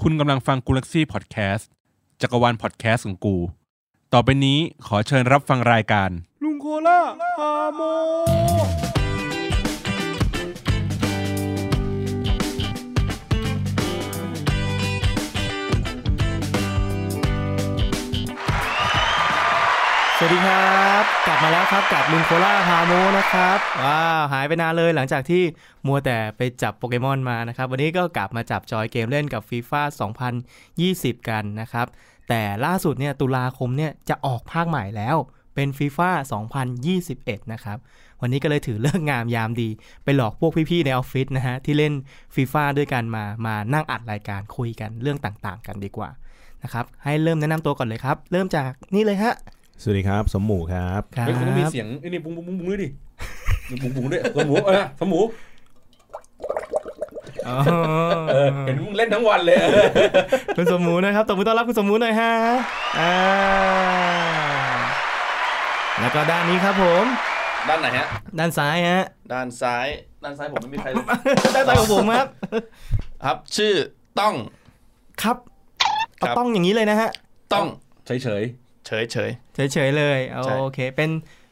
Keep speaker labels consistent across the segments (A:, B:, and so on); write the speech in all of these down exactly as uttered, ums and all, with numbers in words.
A: คุณกำลังฟังกูลักซี่พอดแคสต์จักรวาลพอดแคสต์ของกูต่อไปนี้ขอเชิญรับฟังรายการลุงโคล่าฮาโม
B: สวัสดีครับกลับมาแล้วครับกับลุงโคล่าพาโมนะครับว้าวหายไปนานเลยหลังจากที่มัวแต่ไปจับโปเกมอนมานะครับวันนี้ก็กลับมาจับจอยเกมเล่นกับ FIFA สองพันยี่สิบกันนะครับแต่ล่าสุดเนี่ยตุลาคมเนี่ยจะออกภาคใหม่แล้วเป็น FIFA สองพันยี่สิบเอ็ดนะครับวันนี้ก็เลยถือเลิกงามยามดีไปหลอกพวกพี่ๆในออฟฟิศนะฮะที่เล่น FIFA ด้วยกันมามานั่งอัดรายการคุยกันเรื่องต่างๆกันดีกว่านะครับให้เริ่มแนะนำตัวก่อนเลยครับเริ่มจากนี่เลยฮะ
C: สวัสดีครับสมหมูครับ
A: เฮ้ยคุณต้องมีเสียงไอ้นี่ปุ้งปุ้งปุ้งด้วยดิปุ้งปุ้งด้วยสมหมูเออสมหมูเออเห็นมึงเล่นทั้งวันเลย
B: คุณสมหมูนะครับตบมือต้อนรับคุณสมหมูหน่อยฮะอ่าแล้วก็ด้านนี้ครับผม
D: ด้านไหนฮะ
B: ด้านซ้ายฮะ
D: ด้านซ้ายด้านซ้ายผมไม่มีใครเลย
B: ด้านซ้ายของผมครับ
D: ครับชื่อต้อง
B: ครับเอาต้องอย่างนี้เลยนะฮะ
D: ต้อง
A: เฉยเฉย
D: เฉยเฉย
B: เฉยเฉยเลยโอเคเป็น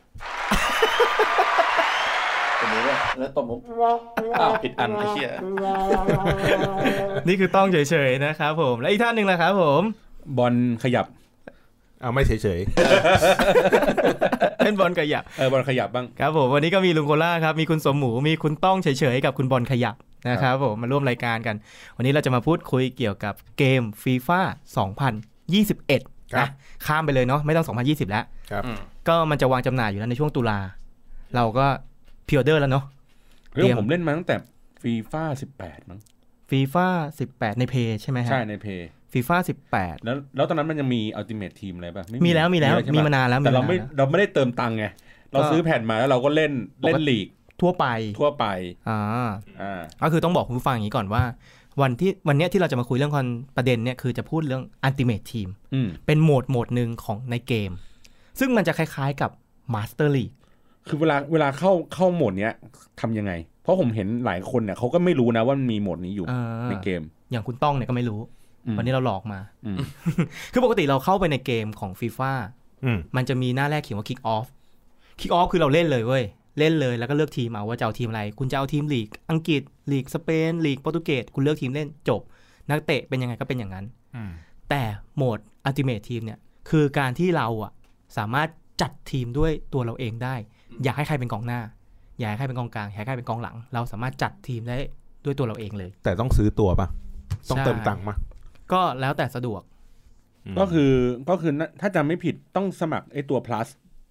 D: ตัวนี้ด้วยแล้วตบมุกอ้าวผิดอันไอ้เหี้ย
B: นี่คือต้องเฉยเฉยนะครับผมและอีกท่านหนึ่งล่ะครับผม
A: บอลขยับ
C: เอาไม่เฉยเฉย
B: เป็นบอลขยับ
A: เออบอลขยับบ้าง
B: ครับผมวันนี้ก็มีลุงโคล่าครับมีคุณสมหมูมีคุณต้องเฉยเฉยกับคุณบอลขยับนะครับผมมาร่วมรายการกันวันนี้เราจะมาพูดคุยเกี่ยวกับเกม FIFA สองพันยี่สิบเอ็ดนะข้ามไปเลยเนาะไม่ต้องสองพันยี่สิบแล้วก็มันจะวางจำหน่ายอยู่แล้วในช่วงตุลาเราก็พรีออเดอร์แล้วเนาะ
A: เรื่องผมเล่นมาตั้งแต่ FIFA สิบแปดมั้ง
B: FIFA สิบแปดในเพย์ใช่ไหมฮะ
A: ใช่ในเพย์
B: FIFA สิบแปด
A: แล้วแล้วตอนนั้นมันยังมี Ultimate Team อะไรป่ะ
B: มีแล้วมีแล้วมีมานานแล้ว
A: แต่เราไม่เราไม่ได้เติมตังค์ไงเราซื้อแผ่นมาแล้วเราก็เล่นเล่นลีก
B: ทั่วไป
A: ทั่วไป
B: อ่าอ่าก็คือต้องบอกคุณผู้ฟังอย่างนี้ก่อนว่าวันที่วันนี้ที่เราจะมาคุยเรื่องคอนประเด็นเนี่ยคือจะพูดเรื่อง Ultimate Team เป็นโหมดโหมดนึงของในเกมซึ่งมันจะคล้ายๆกับ Master League
A: คือเวลาเวลาเข้าเข้าโหมดเนี้ยทำยังไงเพราะผมเห็นหลายคนเนี่ยเขาก็ไม่รู้นะว่ามันมีโหมดนี้อยู่ในเกม
B: อย่างคุณต้องเนี่ยก็ไม่รู้วันนี้เราหลอกมาคือปกติเราเข้าไปในเกมของ FIFA มันจะมีหน้าแรกเขียนว่า Kick Off Kick Off คือเราเล่นเลยเว้ยเล่นเลยแล้วก็เลือกทีมเอาว่าจะเอาทีมอะไรคุณจะเอาทีมลีกอังกฤษลีกสเปนลีกโปรตุเกสคุณเลือกทีมเล่นจบนักเตะเป็นยังไงก็เป็นอย่างนั้นแต่โหมด Ultimate Team เนี่ยคือการที่เราอ่ะสามารถจัดทีมด้วยตัวเราเองได้อยากให้ใครเป็นกองหน้าอยากให้ใครเป็นกองกลางอยากให้ใครเป็นกองหลังเราสามารถจัดทีมได้ด้วยตัวเราเองเลย
C: แต่ต้องซื้อตัวป่ะต้องเติมตังค์ป่ะ
B: ก็แล้วแต่สะดวก
A: ก็คือก็คือถ้าจำไม่ผิดต้องสมัครไอ้ตัว plus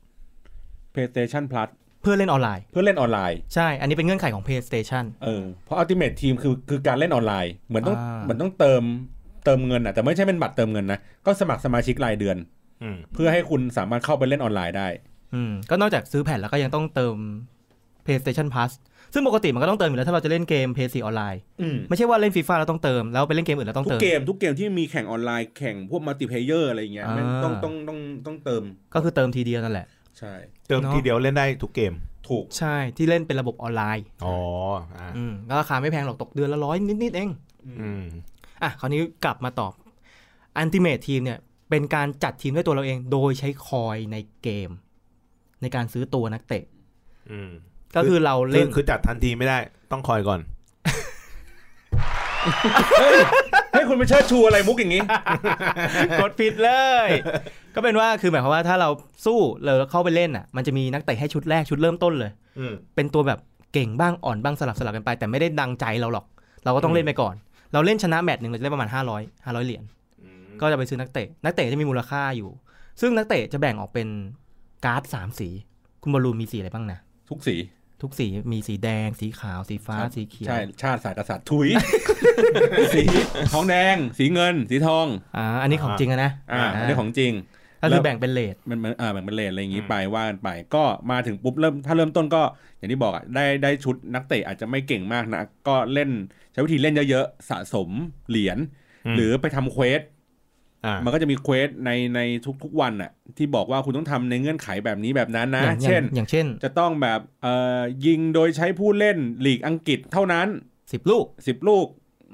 A: PlayStation Plus
B: เพื่อเล่นออนไลน์
A: เพื่อเล่นออนไลน์
B: ใช่อันนี้เป็นเงื่อนไขของ PlayStation
A: เออเพราะ Ultimate Team คือคือการเล่นออนไลน์เหมือนต้องเหมือนต้องเติมเติมเงินอ่ะแต่ไม่ใช่เป็นบัตรเติมเงินนะก็สมัครสมาชิกรายเดือนเพื่อให้คุณสามารถเข้าไปเล่นออนไลน์ได้
B: อืมก็นอกจากซื้อแผ่นแล้วก็ยังต้องเติม PlayStation Plus ซึ่งปกติมันก็ต้องเติมอยู่แล้วถ้าเราจะเล่นเกม พี ซี ออนไลน์ไม่ใช่ว่าเล่น FIFA แล้วต้องเติมแล้วไปเล่นเกมอื่นแล้วต้องเติม
A: ทุกเกมทุกเกมที่มีแข่งออนไลน์แข่งพวกมัลติเพลเยอร์อะไรอย่างเงี้ยต้องต้องต้องต้องเติม
B: ก็คือเติมทีเดียวนั่นแหละ
A: ใช่
C: เติมทีเดียวเล่นได้ทุกเกม
A: ถูก
B: ใช่ที่เล่นเป็นระบบออนไลน์
C: อ๋ออ่า
B: อืมราคาไม่แพงหรอกตกเดือนละร้อยนิดๆเอง
C: อืม
B: อ่ะคราวนี้กลับมาตอบ Ultimate Team เนี่ยเป็นการจัดทีมด้วยตัวเราเองโดยใช้คอยในเกมในการซื้อตัวนักเตะ
C: อืม
B: ก็คือเราเล่น
C: คือจัดทันทีไม่ได้ต้องคอยก่อน
A: ให้คุณไปเชิดชูอะไรมุกอย่างนี้
B: กดผิดเลยก็เป็นว่าคือหมายความว่าถ้าเราสู้เราเข้าไปเล่นอ่ะมันจะมีนักเตะให้ชุดแรกชุดเริ่มต้นเลยเป็นตัวแบบเก่งบ้างอ่อนบ้างสลับสลับกันไปแต่ไม่ได้ดังใจเราหรอกเราก็ต้องเล่นไปก่อนเราเล่นชนะแมตช์นึงเราจะได้ประมาณห้าร้อย ห้าร้อยเหรียญก็จะไปซื้อนักเตะนักเตะจะมีมูลค่าอยู่ซึ่งนักเตะจะแบ่งออกเป็นการ์ดสามสีคุณบอลลูนมีสีอะไรบ้างนะ
A: ทุกสี
B: ทุกสีมีสีแดงสีขาวสีฟ้าสีเขียว
A: ใช่ชาติศาสตร์กษัตริย์ถุย สีทองแดงสีเงินสีทอง
B: อ่าอันนี้ของจริงนะ
A: อ่าอันนี้ของจริง
B: ก็คือแบ่งเป็นเรท
A: มันอ่าแบ่งเป็นเรทอะไรอย่างงี้ไปว่ากันไปก็มาถึงปุ๊บเริ่มถ้าเริ่มต้นก็อย่างที่บอกอ่ะได้ได้ชุดนักเตะอาจจะไม่เก่งมากนะก็เล่นใช้วิธีเล่นเยอะๆสะสมเหรียญหรือไปทำเควสมันก็จะมีเควสในในทุกๆวันน่ะที่บอกว่าคุณต้องทำในเงื่อนไขแบบนี้แบบนั้นนะเช่น
B: อย่างเช่น
A: จะต้องแบบเอ่อยิงโดยใช้ผู้เล่นลีกอังกฤษเท่านั้น
B: สิบลูก
A: สิบลูก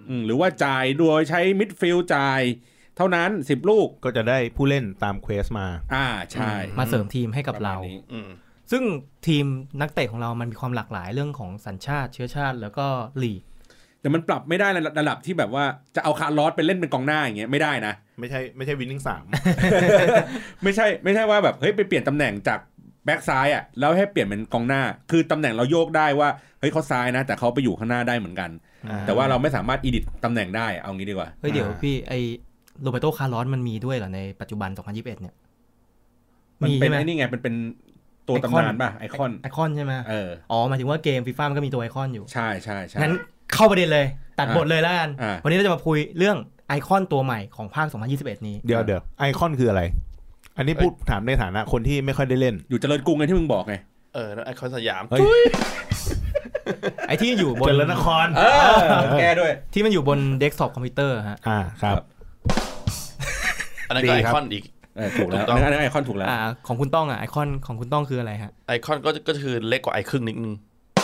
A: หรือว่าจ่ายโดยใช้มิดฟิลด์จ่ายเท่านั้นสิบลูก
C: ก็จะได้ผู้เล่นตามเควสมา
A: อ่าใช่
B: มาเสริมทีมให้กับเราซึ่งทีมนักเตะของเรามันมีความหลากหลายเรื่องของสัญชาติเชื้อชาติแล้วก็ลีก
A: แต่มันปรับไม่ได้ระดับที่แบบว่าจะเอาคาร์ลอสไปเล่นเป็นกองหน้าอย่างเงี้ยไม่ได้นะ
C: ไม่ใช่ไม่ใช่วินนิ่งสาม
A: ไม่ใช่ไม่ใช่ว่าแบบเฮ้ยไปเปลี่ยนตำแหน่งจากแบ็กซ้ายอ่ะแล้วให้เปลี่ยนเป็นกองหน้าคือตำแหน่งเราโยกได้ว่าเฮ้ยเขาซ้ายนะแต่เขาไปอยู่ข้างหน้าได้เหมือนกันแต่ว่าเราไม่สามารถอีดิทตำแหน่งได้เอางี้ดีกว่า
B: เฮ้ยเดี๋ยวพี่ไอโรเบโตคาร์ลอสมันมีด้วยเหรอในปัจจุบันสองพันยี่สิบเอ็ดเนี่ย
A: มันเป็นไอ้นี่ไงมันเป็นตัวตำนานป่ะไอคอน
B: ไอคอนใช่ไหมเอออ๋อหมายถึงว่าเกมฟีฟ่ามันก็มีตัวไอคอนอยู่
A: ใช่ใช่ใช่
B: งั้นเข้าประเด็นเลยตัดบทเลยแล้วกันวันนี้เราจะมาคุยเรื่องไอคอนตัวใหม่ของภาคสองพันยี่สิบเอ็ดนี้
C: เดี๋ยวเดี๋ยวไอคอนคืออะไรอันนี้พูดถามในฐานะคนที่ไม่ค่อยได้เล่น
A: อยู่เจริญกรุงไงที่มึงบอกไง
D: เออไอคอนสยาม
B: ไอที่อยู่บน
C: เจริญนคร
A: เออแก้ด้วย
B: ที่มันอยู่บนเดสก์ท็อปคอมพิวเตอร์ฮะ
C: อ่าครับ
D: อันนั้นก็ไอคอนอีก
A: ถูกแล้วอันนั้นไอคอนถูกแล้ว
B: อ่าของคุณต้องอ่ะไอคอนของคุณต้องคืออะไรฮะ
D: ไอคอนก็ก็คือเล็กกว่าไอครึ่งนิดนึง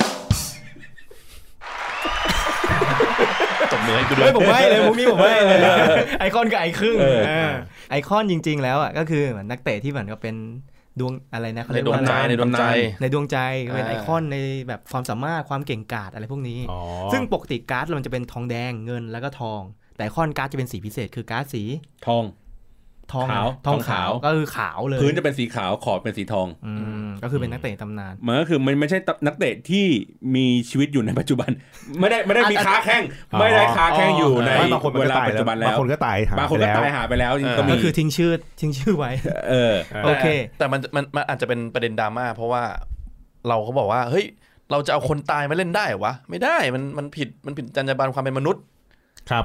D: ตบมือให้กูด้วย
B: ผมไม่เลยพวกนี้ผมไม่เลยไอคอนกับไอครึ่งไอคอนจริงๆแล้วอ่ะก็คือเหมือนนักเตะที่เหมือนกับเป็นดวงอะไรนะเขาเรียกว่า
D: ในดวงใจ
B: ในดวงใจเป็นไอคอนในแบบความสามารถความเก่งกาจอะไรพวกนี้ซึ่งปกติการ์ดมันจะเป็นทองแดงเงินแล้วก็ทองแต่ไอคอนการ์ดจะเป็นสีพิเศษคือการ์ดสี
A: ทอง
B: ทอง
A: ขาว
B: ทองขาวก็คือขาวเลย
A: พื้นจะเป็นสีขาวขอบเป็นสีทอง
B: อืมก็คือเป็นนักเตะตำนาน
A: มันก็คือมันไม่ใช่นักเตะที่มีชีวิตอยู่ในปัจจุบันไม่ได้ไม่ได้มีค้าแข้งไม่ได้ค้าแข้งอยู่ในเวลาปัจจุบันแล้ว
C: บางคนก็ตายหา
A: บางคนก็ตายหาไปแล้ว
B: ก็คือทิ้งชื่อทิ้งชื่อไว้
A: เออ
B: โอเค
D: แต่มันมันมันอาจจะเป็นประเด็นดราม่าเพราะว่าเราเขาบอกว่าเฮ้ยเราจะเอาคนตายมาเล่นได้วะไม่ได้มันมันผิดมันผิดจรรยาบรรณความเป็นมนุษย์
C: ครับ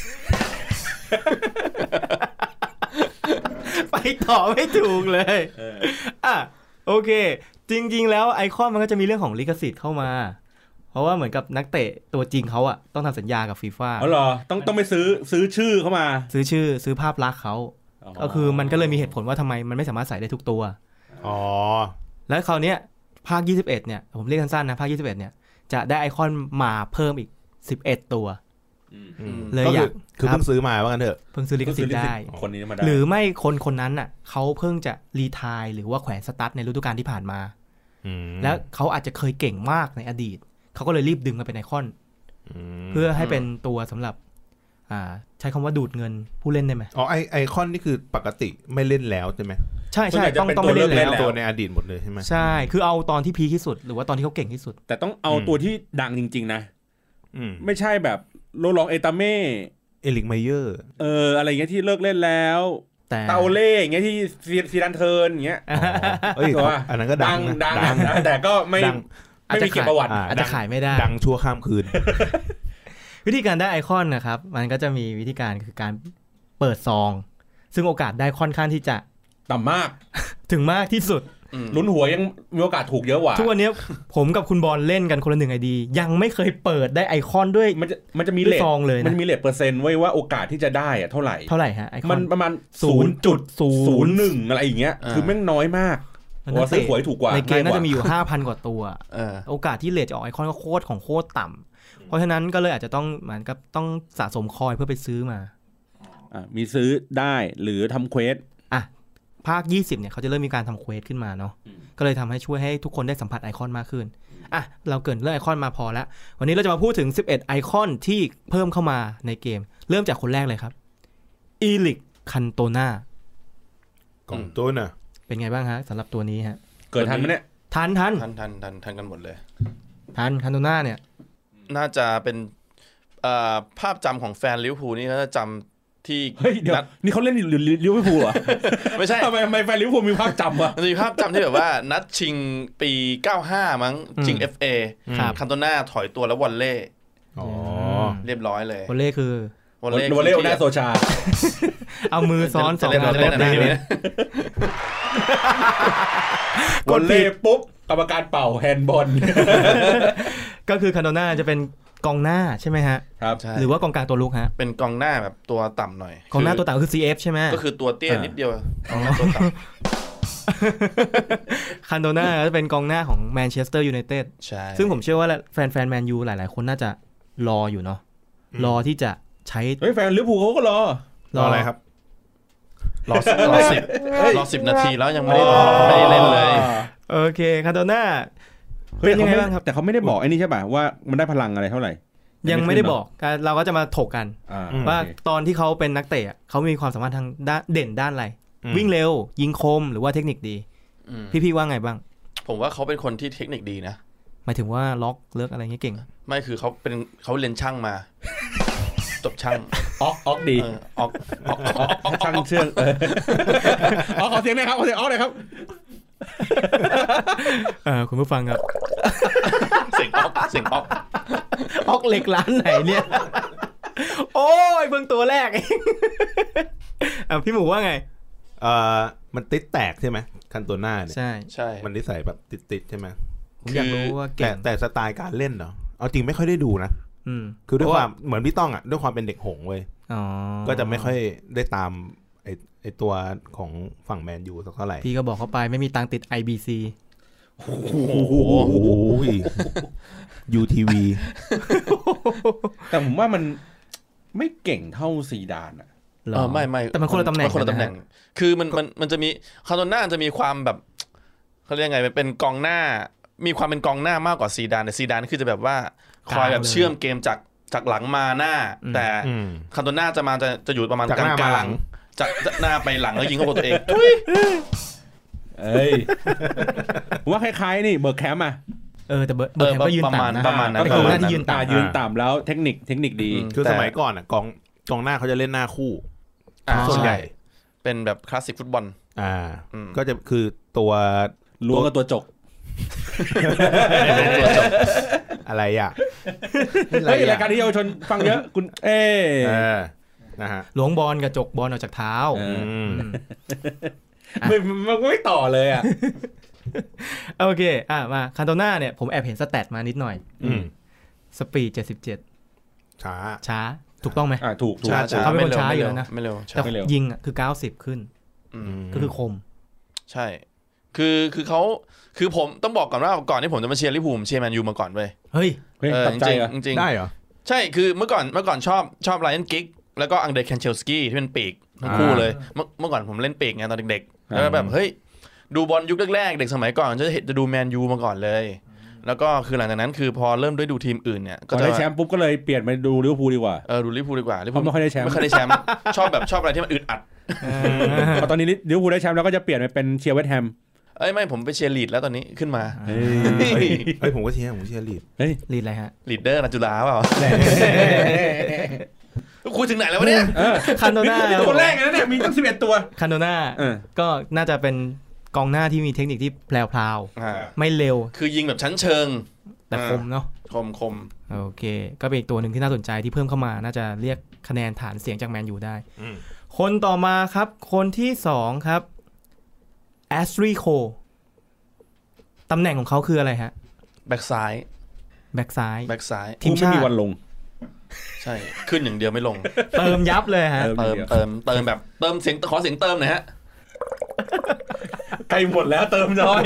B: ไปต่อไม่ถูกเลยอ่ะโอเคจริงๆแล้วไอคอนมันก็จะมีเรื่องของลิขสิทธิ์เข้ามาเพราะว่าเหมือนกับนักเตะตัวจริงเขาอ่ะต้องทำสัญญากับฟีฟ่า
A: อ๋อเหรอต้องต้องไปซื้อซื้อชื่อเข้ามา
B: ซื้อชื่อซื้อภาพลักษณ์เขาก็คือมันก็เลยมีเหตุผลว่าทำไมมันไม่สามารถใส่ได้ทุกตัว
C: อ๋อ
B: แล้วคราวเนี้ยภาคยี่สิบเอ็ดเนี่ยผมเรียกสั้นๆนะภาคยี่สิบเอ็ดเนี่ยจะได้ไอคอนมาเพิ่มอีกสิบเอ็ดตัว
C: เลยอยากคือเพิ่งซื้อมาว่ากันเถอะ
B: เพิ่งซื้อลิขสิทธิ์ได้
A: คนนี้มาได้
B: หรือไม่คนคนนั้นน่ะเขาเพิ่งจะรีไทร์หรือว่าแขวนสตั๊ดในฤดูกาลที่ผ่านมาแล้วเขาอาจจะเคยเก่งมากในอดีตเขาก็เลยรีบดึงมาเป็นไอคอนเพื่อให้เป็นตัวสำหรับอ่าใช้คำว่าดูดเงินผู้เล่นได้ไหม
C: อ๋อไอไอคอนนี่คือปกติไม่เล่นแล้วใช่ไหม
B: ใช่ใช่ต้องต้องไม่เล่นแล้ว
C: ตัวในอดีตหมดเลยใช่ไหม
B: ใช่คือเอาตอนที่พีคที่สุดหรือว่าตอนที่เขาเก่งที่สุด
A: แต่ต้องเอาตัวที่ดังจริงๆนะไม่ใช่แบบโรลองเอตาเม่
C: เอลิกไมเยอร์
A: เอออะไรเงี้ยที่เลิกเล่นแล้วเตาเล่อย่างเงี้ยที่ซีดันเทิร์นอย่างเงี้ย
C: เอ้ยอันนั้นก็ดัง
A: ดังแต่ก็ไม่ไม่มีเกียรติประวัติ
B: อาจจะขายไม่ได้
C: ดังชั่วข้ามคืน
B: วิธีการได้ไอคอนนะครับมันก็จะมีวิธีการคือการเปิดซองซึ่งโอกาสได้ค่อนข้างที่จะ
A: ต่ำมาก
B: ถึงมากที่สุด
A: ลุ้นหัวยังมีโอกาสถูกเยอะกว่า
B: ทุกวันนี้ผมกับคุณบอลเล่นกันคนละหนึ่งไอดียังไม่เคยเปิดได้ไอคอนด้วย
A: มันจะมันจะมีเลทมันมีเลทเปอร์เซ็นต์ไว้ว่าโอกาสที่จะได้อะเท่าไหร่
B: เท่าไหร่ฮะไอคอน
A: มันประมาณ ศูนย์จุดศูนย์หนึ่ง อะไรอย่างเงี้ยคือแม่งน้อยมากเพราะซื้อหวยถูกกว่า
B: ในเกมน่าจะมีอยู่ ห้าพัน กว่าตัวโอกาสที่เลทจะออกไอคอนก็โคตรของโคตรต่ำเพราะฉะนั้นก็เลยอาจจะต้องเหมือนกับต้องสะสมคอยเพื่อไปซื้อมา
A: อ่ามีซื้อได้หรือทำเควส
B: อ่ะภาคยี่สิบเนี่ยเขาจะเริ่มมีการทำเควสขึ้นมาเนาะก็เลยทำให้ช่วยให้ทุกคนได้สัมผัสไอคอนมากขึ้นอ่ะเราเกินเรื่องไอคอนมาพอแล้ววันนี้เราจะมาพูดถึงสิบเอ็ดไอคอนที่เพิ่มเข้ามาในเกมเริ่มจากคนแรกเลยครับอีลิกคันโตนาก
C: องตัวน่ะ
B: เป็นไงบ้างฮะสำหรับตัวนี้ฮะ
A: เกิดทันไหมเนี่ย
B: ทันทัน
D: ทันทันทันทันกันหมดเลย
B: ทันคันโตนาเนี่ย
D: น่าจะเป็นภาพจำของแฟนลิเวอร์พูลนี่เขาจะจำที่
A: เฮ้ยเดี๋ยวนี่เขาเล่นลิเวอร์พูลเหรอ
D: ไม่ใช่
A: ทำไมทำไมแฟนลิเวอร์พูลมีภาพจำวะ
D: มันมีภาพจำที่แบบว่านัดชิงปีเก้าสิบห้ามั้งชิง เอฟ เอ คันโตนาถอยตัวแล้ววอลเล่
C: อ๋อ
D: เรียบร้อยเลยว
B: อลเล่คือ
A: วอลเล่วอลเล่หน้าโซชา
B: เอามือซ้อนสอง
D: อันได้ไหม
A: วอลเล่ปุ๊บกรรมการเป่าแฮนด์บอล
B: ก็คือคันโตนาจะเป็นกองหน้าใช่ไหมฮะ
A: ครับ
B: หรือว่ากองกลางตัวลุกฮะ
D: เป็นกองหน้าแบบตัวต่ำหน่อย
B: กองหน้าตัวต่ำคือ ซี เอฟ ใช่ไหม
D: ก็คือตัวเตี้ยนิดเดียวกองหน้าตัวต่
B: ำคันโตนาจะเป็นกองหน้าของแมนเชสเตอร์ยูไนเต็ด
D: ใช่
B: ซึ่งผมเชื่อว่าแฟนแฟนแมนยูหลายๆคนน่าจะรออยู่เนาะรอที่จะใช้
A: เฮ้ยแฟนลิเวอร์พูลเขาก็รอ
C: รออะไรครับ
D: รอรอสิบรอสิบนาทีแล้วยังไม่ได้ไม่ได้เล่นเลย
B: โอเคคาโตน่า
A: เฮ้ยยังไงบ้างครับแต่เขาไม่ได้บอกไอ้นี่ใช่ป่ะว่ามันได้พลังอะไรเท่าไหร่
B: ยังไม่ได้บอกเราก็จะมาถกกันว่าตอนที่เขาเป็นนักเตะเขามีความสามารถทางด้านเด่นด้านอะไรวิ่งเร็วยิงคมหรือว่าเทคนิคดีพี่ๆว่าไงบ้าง
D: ผมว่าเขาเป็นคนที่เทคนิคดีนะ
B: หมายถึงว่าล็อกเลิกอะไรเงี้ยเก่ง
D: ไม่คือเขาเป็นเขาเรียนช่างมาจบช่าง
A: ออกออกดี
D: ออกออก
A: ออกช่างเชื่องอ๋อขอเสียงหน่อยครับขอเสียงออกหน่อยครับ
B: เออคุณผู้ฟังครับ
D: เสียงออกเสียงออก
B: ออกเหล็กร้านไหนเนี่ยโอ้ยเบิ่งตัวแรกเองอ่ะพี่หมูว่าไง
C: เอ่อมันติดแตกใช่ไหมคันตัวหน้าเนี่ย
B: ใช่
D: ใช่
C: มันนิสัยแบบติดๆใช่ไหม
B: ผมอยากรู้ว่าเก่ง
C: แต่สไตล์การเล่นเนาะเอาจริงไม่ค่อยได้ดูนะคือด้วยความเหมือนพี่ต้องอ่ะด้วยความเป็นเด็กหงเว้ยก็จะไม่ค่อยได้ตามไอไอตัวของฝั่งแมนยูสักเท่าไหร่
B: พี่ก็บอกเขาไปไม่มีตังติด ไอ บี ซี
C: โอ้โห ยู ที วี
A: แต่ผมว่ามันไม่เก่งเท่าซีดานอ่ะ
D: เออไม่ไม่
B: แต่มันคนละตำแหน่ง
D: คนละตำแหน่งคือมันมันมันจะมีคาร์โตน่าจะมีความแบบเขาเรียกไงมันเป็นกองหน้ามีความเป็นกองหน้ามากกว่าซีดานแต่ซีดานคือจะแบบว่าคอยแบบเชื่อมเกมจากจากหลังมาหน้าแต่คาร์โตน่าจะมาจะจะอยู่ประมาณกลางกลางจากหน้าไปหลังแล้วยิงเข้าตัวเอง
A: เอ้ยว่าคล้ายๆนี่เบิร์กแคมป์อ่ะ
B: เออแต่เบิร์กแคมป์ก็ยืนต่ำนะ
D: ประมาณนั้น
B: ก็คือหน้าที่ยืนต่ำ
A: ยืนต่ำแล้วเทคนิคเทคนิคดี
C: คือสมัยก่อนอ่ะกองกองหน้าเขาจะเล่นหน้าคู่ส่วนใหญ่
D: เป็นแบบคลาสสิกฟุตบอล
C: อ่าก็จะคือตัว
A: ล้วงกับตัวจก
C: อะไรอ่ะ
A: เฮ้ยรายการที่เยาวชนฟังเยอะคุณเอ
C: นะฮะ
B: หลวงบอลกับจกบอลออกจากเท้า
A: ไม่มันไม่ต่อเลยอ่ะ
B: โอเคอ่ะมาคันโตน่าเนี่ยผมแอบเห็นสแตทมานิดหน่อยสปีดเจ็ดสิบเจ็ด
C: ช้า
B: ช้าถูกต้องไหม
A: อ่าถูก
B: ช้าเขาเป็นคนช้าอยู่แล้วนะ
D: ไม่เร็ว
B: แต่ยิงอ่ะคือเก้าสิบขึ้นก็คือคม
D: ใช่คือคือเขาคือผมต้องบอกก่อนว่าก่อนที่ผมจะมาเชียร์ลิเวอร์พูลเชียร์แมนยูมาก่อนเว้ย
B: เฮ้ย
D: จริงจริง
C: ได้เหรอ
D: ใช่คือเมื่อก่อนเมื่อก่อนชอบชอบไรอันกิกแล้วก็อังเดร แคนเชลสกี้ที่เป็นปีกทั้งคู่เลยเมื่อเมื่อก่อนผมเล่นปีกไงตอนเด็กๆแล้วแบบเฮ้ยดูบอลยุคแรกๆเด็กสมัยก่อนจะเห็นจะดูแมนยูมาก่อนเลยแล้วก็คือหลังจากนั้นคือพอเริ่มด้วยดูทีมอื่นเนี่ย
A: ก็ได้แชมป์ปุ๊บก็เลยเปลี่ยนไปดูลิเวอร์พูลดีกว่า
D: เออดูลิเวอร์พูลดีกว่าลิเวอร์
A: พูลไม่ค่อยได้แชมป์
D: ไม่ค่อยได้แชมป์ชอบแบบชอบอะไรที่มันอึดอัด
A: พอตอนนี้ลิเวอร์พูลได้แชมป์แล้วก็จะเปลี่ยนไปเป็นเชียร์เวสต์แฮม
D: เอ้ยไม่ผมไปเชียร์ลีดแล้วตอนนี้ขึ้นมา
C: เฮ้ยผมก็เชียร์ผมเชียร์ลีด
B: เฮ้ยลีดอะไรฮะ
D: ลีดเดอร์จุฬาเปล่าคุยถึงไหนแล้ววะเนี่ย
B: คันโตน่า
A: คนแรกนะเนี่ยมีตั้งสิบเอ็ดตัว
B: คันโตน่าก็น่าจะเป็นกองหน้าที่มีเทคนิคที่แพรวๆไม่เร็ว
D: คือยิงแบบชั้นเชิง
B: แต่คมเนาะ
D: คมคม
B: โอเคก็เป็นอีกตัวหนึ่งที่น่าสนใจที่เพิ่มเข้ามาน่าจะเรียกคะแนนฐานเสียงจากแมนยูได้คนต่อมาครับคนที่สองครับแอสตรีโคตำแหน่งของเขาคืออะไรฮะ
D: แบ็กซ้าย
B: แบ็กซ้าย
D: แบ็กซ้าย
A: ทีมชาติไม่มีวันลง
D: ใช่ขึ้นอย่างเดียวไม่ลง
B: เติมยับเลยฮะ
D: เติมเติมเติมแบบเติมเสียงขอเสียงเติมหน่อยฮะ
A: ใกล้หมดแล้วเติมน้อย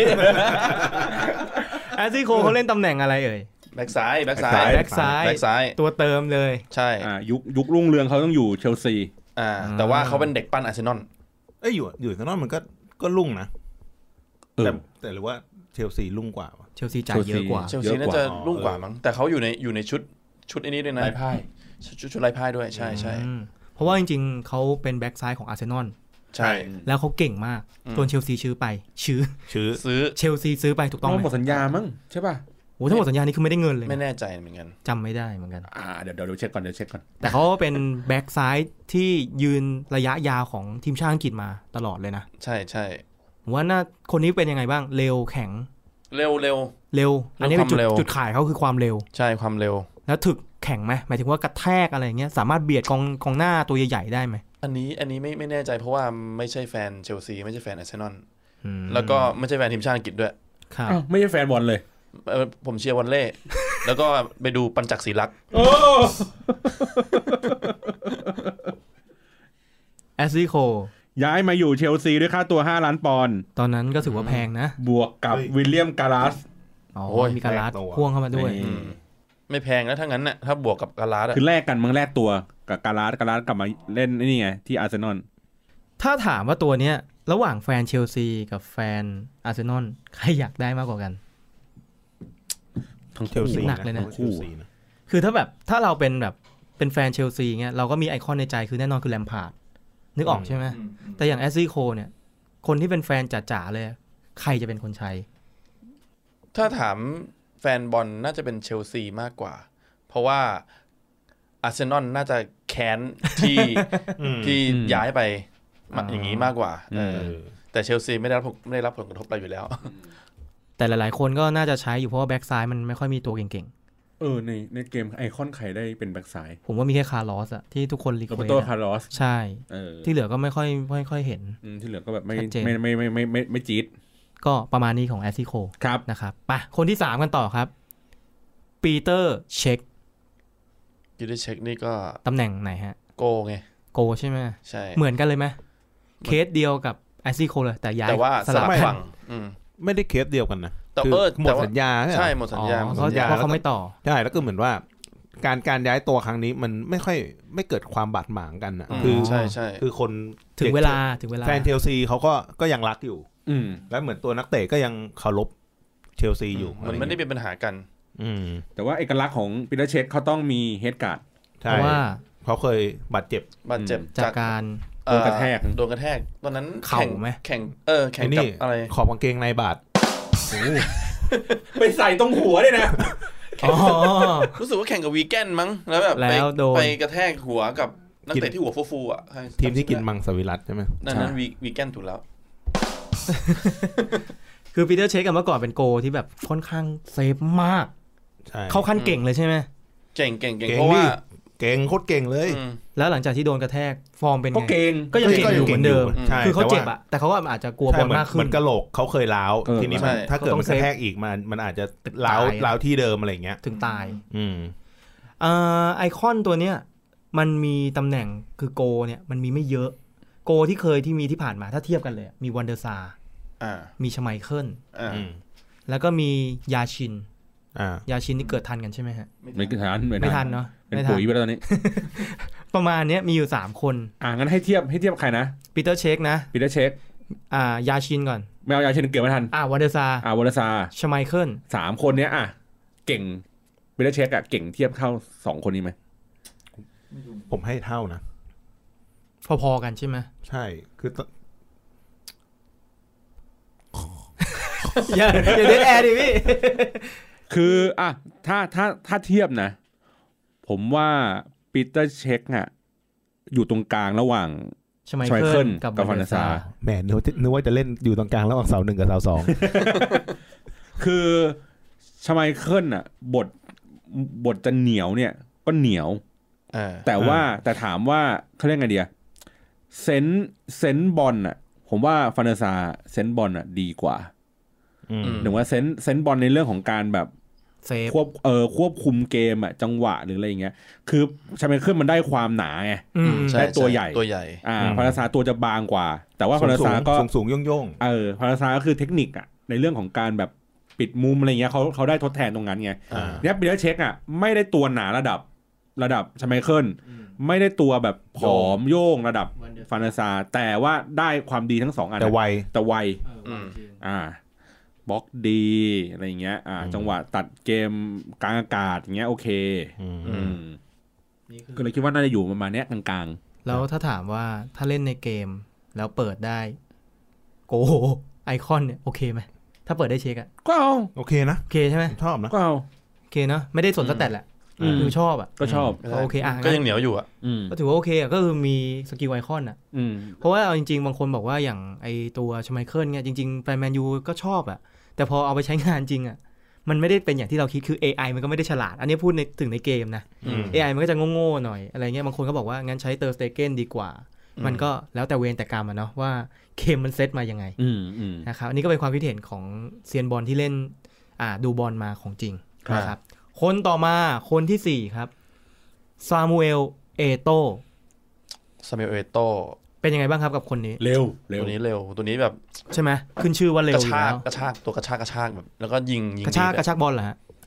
B: แอสตรีโคเขาเล่นตำแหน่งอะไรเอ่ย
D: แบ็กซ้ายแบ็กซ้าย
B: แบ็กซ้าย
D: แบ็กซ้าย
B: ตัวเติมเลย
D: ใช่
A: อ่ายุคยุครุ่งเรืองเขาต้องอยู่เชลซี
D: อ่าแต่ว่าเขาเป็นเด็กปั้นอาร์เซนอล
C: เอ้ยอยู่อยู่อาร์เซนอลมันก็ก็รุ่งนะแต่แต่หรือว่าเชลซีรุ่งกว่า
B: เชลซีจ่ายเยอะกว่า
D: เชลซีน่าจะรุ่งกว่ามั้งแต่เขาอยู่ในอยู่ในชุดชุดอันนี้ด้วยนะ
A: ไร้พ่าย
D: ชุดชุดไร้พ่ายด้วยใช่ใช่
B: เพราะว่าจริงๆเขาเป็นแบ็กซ้ายของอาร์เซนอล
D: ใช่
B: แล้วเขาเก่งมากโดนเชลซีซื้อไปชื้อ
C: ชื้อ
D: ซื้อ
B: เชลซีซื้อไปถูกต้องไหม
A: หมดสัญญามั้งใช่ป่ะ
B: โอ้ทั้งหมดสัญญานี่คือไม่ได้เงินเลย
D: ไม่แน่ใจเหมือนกัน
B: จำไม่ได้เหมือนกัน
A: อ่าเดี๋ยวเดี๋ยวเช็คก่อนเดี๋ยวเช็คก่อน
B: แต่เขาเป็นแบ็กซ้ายที่ยืนระยะยาวของทีมชาติอังกฤษมาตลอดเลยนะ
D: ใช่ใช่
B: ผมว่าน่าคนนี้เป็นยังไงบ้างเร็วแข็ง
D: เร็วเร็ว
B: เร็วอันนี้เป็นจุดจุดขายเขาคือความเร็ว
D: ใช่ความเร็ว
B: แล้วถึกแข็งไหมหมายถึงว่ากระแทกอะไรเงี้ยสามารถเบียดกองกองหน้าตัวใหญ่ๆได้ไหม
D: อันนี้อันนี้ไม่ไม่แน่ใจเพราะว่าไม่ใช่แฟนเชลซีไม่ใช่แฟนอาร์เซนอลแล้วก็ไม่ใช่แฟนทีมชาติอังกฤษด้วย
A: ครับไม่ใช่แฟนบอลเลย
D: ผมเชียร์วอลเล่แล้วก็ไปดูปัญจักรศรีลักษณ์
B: แอสซิโค
A: ย้ายมาอยู่เชลซีด้วยค่าตัวห้าล้านปอนด์
B: ตอนนั้นก็ถือว่าแพงนะ
A: บวกกับวิลเลียมกาลาส
B: อ๋อมีกาลาสพ่วงเข้ามาด้วย
D: ไม่แพงแล้วถ้างั้นน่ะถ้าบวกกับกาลาส
A: คือแลกกันมั้งแลกตัวกับกาลาสกาลาสกลับมาเล่นนี่ไงที่อาร์เซนอล
B: ถ้าถามว่าตัวเนี้ยระหว่างแฟนเชลซีกับแฟนอาร์เซนอลใครอยากได้มากกว่ากัน
C: ทั้งเชลซี
B: หนักเลยนะคือถ้าแบบถ้าเราเป็นแบบเป็นแฟนเชลซีเงี้ยเราก็มีไอคอนในใจคือแน่นอนคือแลมพาร์ดนึกออกใช่ไหมแต่อย่างแอชลีย์โคลเนี่ยคนที่เป็นแฟนจ๋าๆเลยใครจะเป็นคนใช้
D: ถ้าถามแฟนบอลน่าจะเป็นเชลซีมากกว่าเพราะว่าอาร์เซนอลน่าจะแค้นที่ที่ย้ายไปอย่างนี้มากกว่าแต่เชลซีไม่ได้รับไม่ได้รับผลกระทบอะไรอยู่แล้ว
B: แต่หลายๆคนก็น่าจะใช้อยู่เพราะว่าแบ็กซ้ายมันไม่ค่อยมีตัวเก่ง
A: ๆเออในในเกมไอคอนใครได้เป็นแบ็กซ้าย
B: ผมว่ามีแค่คาร์ลอสอะที่ทุกคนรีเควสต์โรเบ
A: โตคาร์ลอส
B: ใช่ที่เหลือก็ไม่ค่อยไม่ค่อยเห็น
A: ที่เหลือก็แบบไม่ไม่ไม่ไม่ไม่ไม่ไม่จี๊ด
B: ก็ประมาณนี้ของแอชลีย์โคลนะครับไปคนที่สามกันต่อครับปีเตอร์เช็ค
D: ปีเตอร์เช็คนี่ก็
B: ตำแหน่งไหนฮะ
D: โกไง
B: โกใช่ไหม
D: ใช่
B: เหมือนกันเลยไหมเคสเดียวกับแอชลีย์โคลเลยแต่ย้าย
D: แต่ว่าสลับฝั่ง
C: ไม่ได้เคสเดียวกันนะ
D: คือ
C: หมดสัญญา
D: ใช่หมดสัญญา
B: เพราะเขาไม่ต่อ
C: ใช่แล้วก็เหมือนว่าการการย้ายตัวครั้งนี้มันไม่ค่อยไม่เกิดความบาดหมางกันนะคือ
D: ใช่ใช่
C: คือคน
B: ถึงเวลาถึงเวลา
C: แฟนเชลซีเขาก็ก็ยังรักอยู่แล้วเหมือนตัวนักเตะก็ยังเคารพเชลซีอยู่
D: มันไม่ได้เป็นปัญหากัน
A: แต่ว่าเอกลักษณ์ของปีเตอร์เช็คเขาต้องมีเฮดการ์ด
B: เพราะว่า
C: เขาเคยบาดเจ็บบ
D: าดเจ็บ
B: จากการ
A: โดนกระแทก
D: โดนกระแทกตอนนั้น
B: เข่าไหม
D: แข่งเออแข่งกับอะไร
C: ขอบกางเกงในบาด
A: ไปใส่ตรงหัวเลยนะ
D: รู้สึกว่าแข่งกับวีแกนมั้งแล้วแบบไปไปกระแทกหัวกับนักเตะที่หัวฟูๆอ่ะ
C: ทีมที่กินมังสวิรัติใช่ไหม
D: นั่นนั้นวีแกนถูกแล้ว
B: คือปีเตอร์เช็คกันเมื่อก่อนเป็นโกที่แบบค่อนข้างเซฟมากเข้าขั้นเก่งเลยใช่ไหม
D: เก่งเก่งเก่งเพราะว่า
C: เก่งโคตรเก่งเลย
B: แล้วหลังจากที่โดนกระแทกฟอร์มเป็นไง
A: ก็เก่ง
B: ก็ยังเก่งอยู่เหมือนเดิมคือเขาเจ็บอะแต่เขาอาจจะกลัวบอลมากขึ้น
C: มันกระโหลกเขาเคยล้าวทีนี้มันถ้าเกิดมันกระแทกอีกมันมันอาจจะล้าวล้าวที่เดิมอะไรเงี้ย
B: ถึงตายอ่าไอคอนตัวเนี้ยมันมีตำแหน่งคือโกเนี่ยมันมีไม่เยอะโกที่เคยที่มีที่ผ่านมาถ้าเทียบกันเลยมีวันเดอร์ซามีชไมเคิลแล้วก็มียาชินยาชินนี่เกิดทันกันใช่ไหมฮะ
A: ไม่ทัน
B: ไม่ทันเนาะ
A: เป็นปุ๋ยไปแล้วตอนนี้
B: ประมาณนี้มีอยู่สามคน
A: อ่างั้นให้เทียบให้เทียบใครนะ
B: ปีเตอร์เช็คนะ
A: ปีเตอร์เช็ค
B: อ่ายาชินก่อน
A: ไม่เอายาชินเกิดไม่ทัน
B: อ่าวันเดอร์ซา
A: อ่าวันเดอร์ซา
B: ชไมเคิล
A: สามคนเนี้ยอ่ะเก่งปีเตอร์เช็คอะเก่งเทียบเท่าสองคนนี้ไหม
C: ผมให้เท่านะ
B: พอๆกันใช่ไหม
C: ใช่คือ
B: อย่าอย่าเดทแอร์ดิพี่
A: คืออ่ะถ้าถ้าถ้าเทียบนะผมว่าปีเตอร์เช็คอะอยู่ตรงกลางระหว่าง
B: ชไมเคิลกับ
A: ฟานซา
C: แหมนึกว่าจะเล่นอยู่ตรงกลางระหว่างเสาหนึ่งกับเสาสอง
A: คือชไมเคิลอะบทบทจะเหนียวเนี่ยก็เหนียวแต่ว่าแต่ถามว่าเขาเรียกไงดีอะเซนเซนบอลอะผมว่าฟานซาเซนบอลอะดีกว่าหรือว่าเซนเซนบอลในเรื่องของการแบบควบเออควบคุมเกมอ่ะจังหวะหรืออะไรอย่างเงี้ยคือชาเมเคิลมันได้ความหนาไงได้ตัวใหญ่
D: ตัวใหญ่
A: อ่าพาราซาตัวจะบางกว่าแต่ว่าพาราซาก็
C: สูงๆโย่ง
A: ๆเออพาราซาก็คือเทคนิคอ่ะในเรื่องของการแบบปิดมุมอะไรเงี้ยเขาเขาได้ทดแทนตรงนั้นไงเนี่ยบิลเช็คอ่ะไม่ได้ตัวหนาระดับระดับชาเมเคิลไม่ได้ตัวแบบผอมโย่งระดับฟานาซาแต่ว่าได้ความดีทั้งสองอัน
C: แต่ไว
A: แต่ไวอ่าบล็อกดีอะไรเงี้ยอ่าจังหวะตัดเกมกลางอากาศอย่างเงี้ยโอเคอืมก็เลยคิดว่าน่าจะอยู่ประมาณเนี้ยกลาง
B: ๆแล้วถ้าถามว่าถ้าเล่นในเกมแล้วเปิดได้โกไอคอนเนี่ยโอเคไหมถ้าเปิดได้เช็คอะ
A: ก็เอา
C: โอเคนะ
B: โอเคใช่ไหม
C: ชอบนะ
A: ก็เอา
B: โอเคเนาะไม่ได้สนสแตทแหละคือชอบอ่ะ
A: ก็ชอบ
B: โอเคอ่ะ
D: ก็ยังเหนียวอยู่อ่ะ
B: ก็ถือว่าโอเคอ่ะก็คือมีสกิลไอคอนอ่ะเพราะว่าเอาจริงๆบางคนบอกว่าอย่างไอตัวชไมเคิลเนี่ยจริงๆแฟนแมนยูก็ชอบอ่ะแต่พอเอาไปใช้งานจริงอ่ะมันไม่ได้เป็นอย่างที่เราคิดคือ เอ ไอ มันก็ไม่ได้ฉลาดอันนี้พูดในถึงในเกมนะ เอ ไอ มันก็จะโง่ๆหน่อยอะไรเงี้ยบางคนก็บอกว่างั้นใช้เตอร์สเตเกนดีกว่ามันก็แล้วแต่เวรแต่กรรมอ่ะเนาะว่าเกมมันเซตมายังไงนะครับอันนี้ก็เป็นความคิดเห็นของเซียนบอลที่เล่นอ่าดูบอลมาของจริงนะครับคนต่อมาคนที่สี่ครับซามูเอลเอโต
D: ซามูเอลเอโต
B: เป็นยังไงบ้างครับกับคนนี้
A: เร็วเร็ว
D: ตัวนี้เร็วตัวนี้แบบ
B: ใช่ไหมขึ้นชื่อว่าเร็ว
D: กระชากกระชากตัวกระชากกระชากแบบแล้วก็ยิงยิง
B: กระชากกระชากบอลเหรอฮะ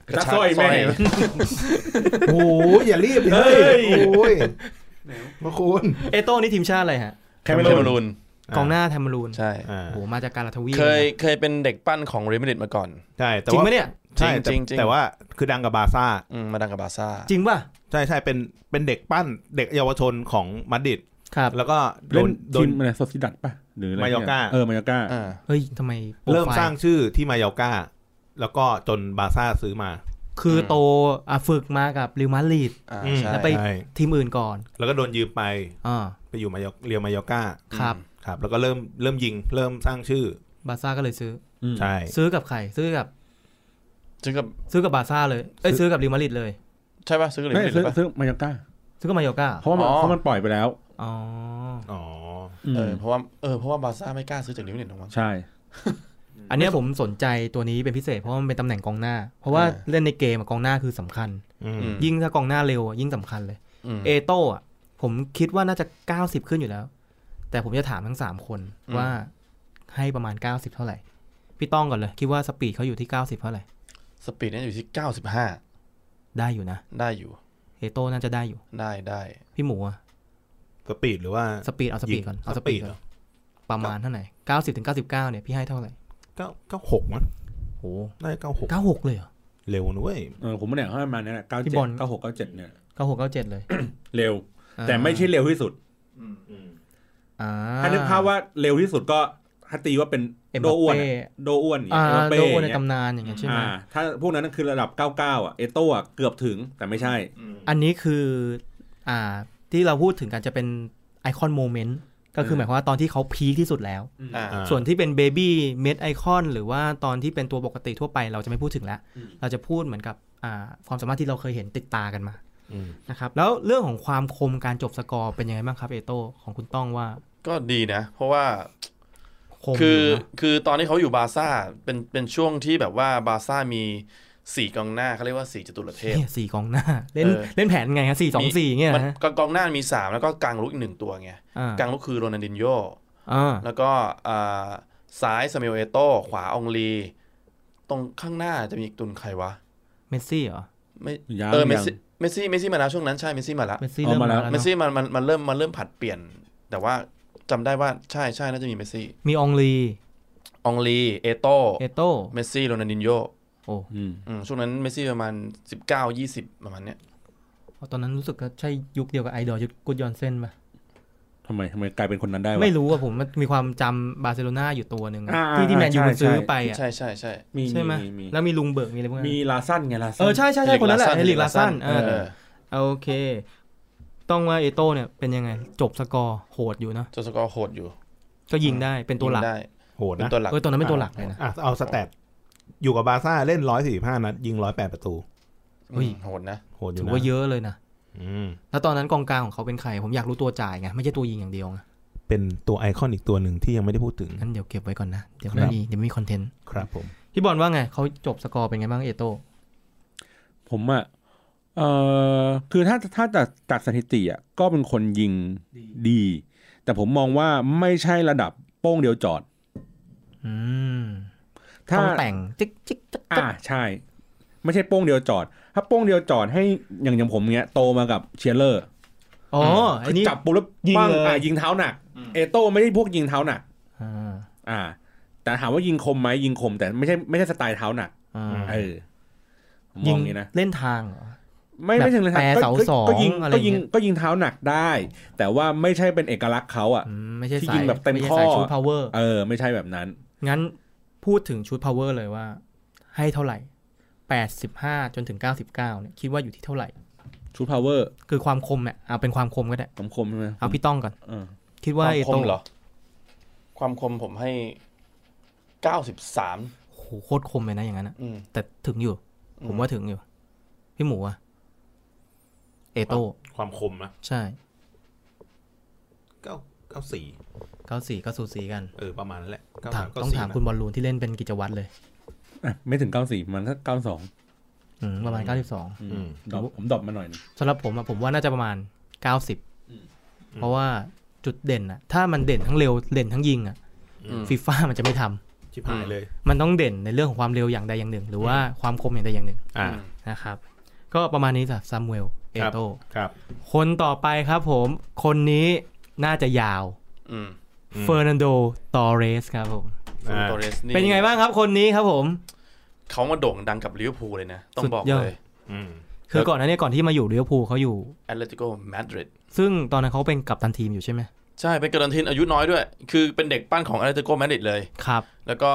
D: กระชากสร้อยแม่
C: โอ้ยอย่ารีบเลยโอ้ยมาคุณ
B: เอโต้นี่ทีมชาติอะไรฮะ
D: แคเมรูน
B: กองหน้าแคเมรูน
D: ใช่
B: โอ้โหมาจากการาทวี
D: เคยเคยเป็นเด็กปั้นของเรอัลมาดริดมาก่อน
C: ใช่
B: จริงไหมเนี่ย
C: ใช่จริงแต่ว่าคือดังกับบาร์ซ่า
D: มาดังกับบาร์ซ่า
B: จริงป่ะ
C: ใช่ใช่เป็นเป็นเด็กปั้นเด็กเยาวชนของมาดริด
B: ครับ
C: แล้วก็
A: โดนโดนอะไรโซซิดัดป่ะหรืออะไร
C: มายอร์ก้า
A: เออมายอร์ก้า
B: เฮ้ยทำไม
C: เริ่มสร้างชื่อที่มายอร์ก้าแล้วก็จนบาร์ซ่าซื้อมา
B: คือโตอ่ะฝึกมากับเรอัลมาดริดแล้วไปทีมอื่นก่อน
C: แล้วก็โดนยืมไป
B: อ่า
C: ไปอยู่มายอร์เรียลมายอร์ก้า
B: ครับ
C: ครับแล้วก็เริ่มเริ่มยิงเริ่มสร้างชื่อบ
B: าร์ซ่าก็เลยซื้อ
C: ใช่
B: ซื้อกับใครซื้อกับ
D: ซื้อกับ
B: ซื้อกับบาร์ซ่าเลยเอ้ยซื้อกับเรอัลมาดริดเลย
D: ใช่ป่ะซื้อกับเรอัลมาดริด
A: ซื้อซื้อมายอร์ก้า
B: ซื้อกับมายอร์ก้า
A: เพราะเพราะมันปล่อยไปแล้ว
B: อ๋อ
C: อ๋อ
D: เออเพราะว่าเออเพราะว่าบาร์ซ่าไม่กล้าซื้อจากเรอัลมาดริดหรอกมั้ง
A: ใช่
B: อันนี้ผมสนใจตัวนี้เป็นพิเศษเพราะมันเป็นตำแหน่งกองหน้าเพราะว่าเล่นในเกมกองหน้าคือสำคัญยิ่งถ้ากองหน้าเร็วยิ่งสำคัญเลยเอโต้อะผมคิดว่าน่าจะเก้าสิบขึ้นอยู่แล้วแต่ผมจะถามทั้งสามคนว่าให้ประมาณเก้าสิบเท่าไหร่พี่ต้องก่อนเลยคิดว่าสปีดเขาอยู่ที่เก้าสิบเท่าไหร่
D: สปีดน่าอยู่ที่เก้าสิบห้า
B: ได้อยู่นะ
D: ได้อยู่
B: เอโต้น่าจะได้อยู่
D: ได้ได้
B: พี่หมูอะ
C: สปีดหรือว่า
B: สปีดเอาสปีดก่อนเอาสปีดประมาณเท่าไหร่เก้าสิบถึงเก้าสิบเก้าเนี่ยพี่ให้เท่าไหร่
C: เก้าเก้าหกมั้ง
B: โห
C: ได้เก้าหก
B: เก้าหกเลยเหรอ
C: เร็วนะเว้ย
A: เออผมเนี่ยให้ประมาณนี้แหละเก้าเจ็ดเก้าหกเก้าเจ็ดเนี่ย
B: เก้าหกเก้าเจ็ดเลย
A: เร็วแต่ไม่ใช่เร็วที่สุด
B: อ่า
A: ถ้านึกภาพว่าเร็วที่สุดก็ถ้าตีว่าเป็นโดอ้วนโดอ้วน
B: อย่างเงี้ยโดอ้วนในตำนานอย่างเงี้ยใช่ไหม
A: ถ้าพวกนั้นคือระดับเก้าสิบเก้าอ่ะเอโต้อ่ะเกือบถึงแต่ไม่ใช่
B: อันนี้คืออ่าที่เราพูดถึงกันจะเป็นไอคอนโมเมนต์ก็คือหมายความว่าตอนที่เขาพีคที่สุดแล้วส่วนที่เป็นเบบี้เมดไอคอนหรือว่าตอนที่เป็นตัวปกติทั่วไปเราจะไม่พูดถึงแล้วเราจะพูดเหมือนกับความสามารถที่เราเคยเห็นติดตากันมานะครับแล้วเรื่องของความคมการจบสกอร์เป็นยังไงบ้างครับเอโต้ของคุณต้องว่า
D: ก็ดีนะเพราะว่าคือคือตอนที่เขาอยู่บาร์ซ่าเป็นเป็นช่วงที่แบบว่าบาร์ซ่ามีสี่กองหน้าเขาเรียกว่าสี่จตุรเทพ
B: สี่กองหน้าเล่นเล่นแผนไงฮะสี่สองสี่เงี้ย
D: นะกองหน้ามีสามแล้วก็กลางลุกอีกหนึ่งตัวไงกลางลุกคือโรนัลดินโญ่แล้วก็ซ้ายซามิเอลเอโต้ขวาองลีตรงข้างหน้าจะมีอีกตุนใครวะ
B: เมสซี่เหรอ
D: ไม่เออเมสซี่เมสซี่เมสซี่มาแล้วช่วงนั้นใช่เมสซี่มาแล้ว
B: เมสซี่เริ่มมาแล้ว
D: เมสซี่มันมันมันเริ่มมันเริ่มผัดเปลี่ยนแต่ว่าจำได้ว่าใช่ใช่น่าจะมีเมสซี่
B: มีองลี
D: องลีเอโต้
B: เอโต้
D: เมสซี่โรนัลดินโญ่
B: โอ้
D: อืมช่วงนั้นเมสซี่ประมาณสิบเก้า ยี่สิบประมาณเนี้ย
B: ตอนนั้นรู้สึกว่าใช่ยุคเดียวกับไอดอลยุคกุดยอนเซ่นป่ะ
A: ทำไมทำไมกลายเป็นคนนั้นได้วะ
B: ไม่รู้อ่ะผมมันมีความจำบาร์เซโลนาอยู่ตัวหนึ่งที่ที่แมนยูซื้อไปอ่ะ
D: ใช่ใช่ใช่
B: ใช่ไหมแล้วมีลุงเบิร์กมีอะไรพวกนั้น
A: มีลาซันไงลาซัน
B: เออใช่ใช่ใช่คนนั้นแหละเฮลิกลาซันเออโอเคต้องว่าเอโต้เนี่ยเป็นยังไงจบสกอร์โหดอยู่นะ
D: จบสกอร์โหดอยู่
B: ก็ยิงได้เป็นตัวหลัก
C: โหดนะ
B: ตัวหลักเออตัวนั้นเป็นตัวหลักเลยนะ
C: เอาสแตทอยู่กับบาร์ซ่าเล่นหนึ่งร้อยสี่สิบห้านัดยิงหนึ่งร้อยแปดประตู
B: เฮ้ย
D: โหดนะ
C: โหดอยู่
B: นะถือว่าเยอะเลยนะแล้วตอนนั้นกองกลางของเขาเป็นใครผมอยากรู้ตัวจ่ายไงไม่ใช่ตัวยิงอย่างเดียวไง
C: เป็นตัวไอคอนอีกตัวหนึ่งที่ยังไม่ได้พูดถึง
B: งั้นเดี๋ยวเก็บไว้ก่อนนะเดี๋ยวไม่มีเดี๋ยวไม่มีคอนเทนต์
C: ครับผม
B: พี่บอลว่าไงเขาจบสกอร์เป็นไงบ้างเอโต้
A: ผมอ่ะเอ่อคือถ้าถ้าจากจากสถิติอ่ะก็เป็นคนยิงดีแต่ผมมองว่าไม่ใช่ระดับโป้งเดียวจอด
B: อืมต้องแต่งจิ๊กจิ๊ก
A: อ่าใช่ไม่ใช่โป้งเดียวจอดถ้าโป้งเดียวจอดให้อย่างอย่างผมเนี้ยโตมากับเชียร์เลอร์
B: อ๋ออันนี้
A: จับปุ๊บแล้วยิงอ่ายิงเท้าหนักเอโต้ไม่ใช่พวกยิงเท้าหนัก
B: อ่า
A: อ่าแต่ถามว่ายิงคมไหมยิงคมแต่ไม่ใช่ไม่ใช่สไตล์เท้าหนักเออ
B: ยิงนี้นะเล่นทางเหรอ
A: ไม่ไม่ถึงเลยครับ
B: ก็
A: ยิงก็ยิงก็ยิงเท้าหนักได้แต่ว่าไม่ใช่เป็นเอกลักษณ์เขาอ่ะ
B: ไม่ใช่
A: ที่ยิงแบบเต็มข้อ
B: ชุด power
A: เออไม่ใช่แบบนั้น
B: งั้นพูดถึงชุด power เลยว่าให้เท่าไหร่แปดสิบห้าจนถึงเก้าสิบเก้าเนี่ยคิดว่าอยู่ที่เท่าไหร่
A: ชุด power
B: คือความคมเนี่ยเอาเป็นความคมก็ได้
A: ความคมใช่ไหม
B: เอาพี่ต้องก่อนคิดว่า
D: เอโต้เหรอความคมผมให้เก้าสิบสาม
B: โหโคตรคมเลยนะอย่างนั้นนะแต่ถึงอยู่ผมว่าถึงอยู่พี่หมูอะเอโต้
C: ความคมนะ
B: ใช่
C: เก้าเก้าสี่
B: เก้าสี่ก็สูสีกัน
C: เออประมาณนั้นแหละ
B: ต้องถามคุณบอลลูนที่เล่นเป็นกิจวัตรเลย
A: อ่ะไม่ถึงเก้าสี่มันสักเก้าสอง
B: อืมประมาณเก้าสิบสอง
A: อืมผมดรอปมาหน่อยนึง
B: สำหรับผมอะผมว่าน่าจะประมาณเก้าสิบเพราะว่าจุดเด่นอะถ้ามันเด่นทั้งเร็วเด่นทั้งยิงอะฟีฟ่ามันจะไม่ท
C: ชิบหายเลย
B: มันต้องเด่นในเรื่องของความเร็วอย่างใดอย่างหนึ่งหรือว่าความคมอย่างใดอย่างหนึ่งนะครับก็ประมาณนี้จ้ะซามูเอลเอโต้คนต่อไปครับผมคนนี้น่าจะยาวเฟอร์นันโดตอเรสครับผมเป็นยังไงบ้างครับคนนี้ครับผม
D: เขามาโด่งดังกับลิเวอร์พูลเลยนะต้องบอกเลย
B: คือก่อนหน้านี้ก่อนที่มาอยู่ลิเวอร์พูลเขาอยู่
D: แอตเลติโกมาดริด
B: ซึ่งตอนนั้นเขาเป็นกัปตันทีมอยู่ใช่ไหม
D: ใช่เป็นกัปตันทีมอายุน้อยด้วยคือเป็นเด็กปั้นของแอตเลติโกมาดริดเลย
B: ครับ
D: แล้วก็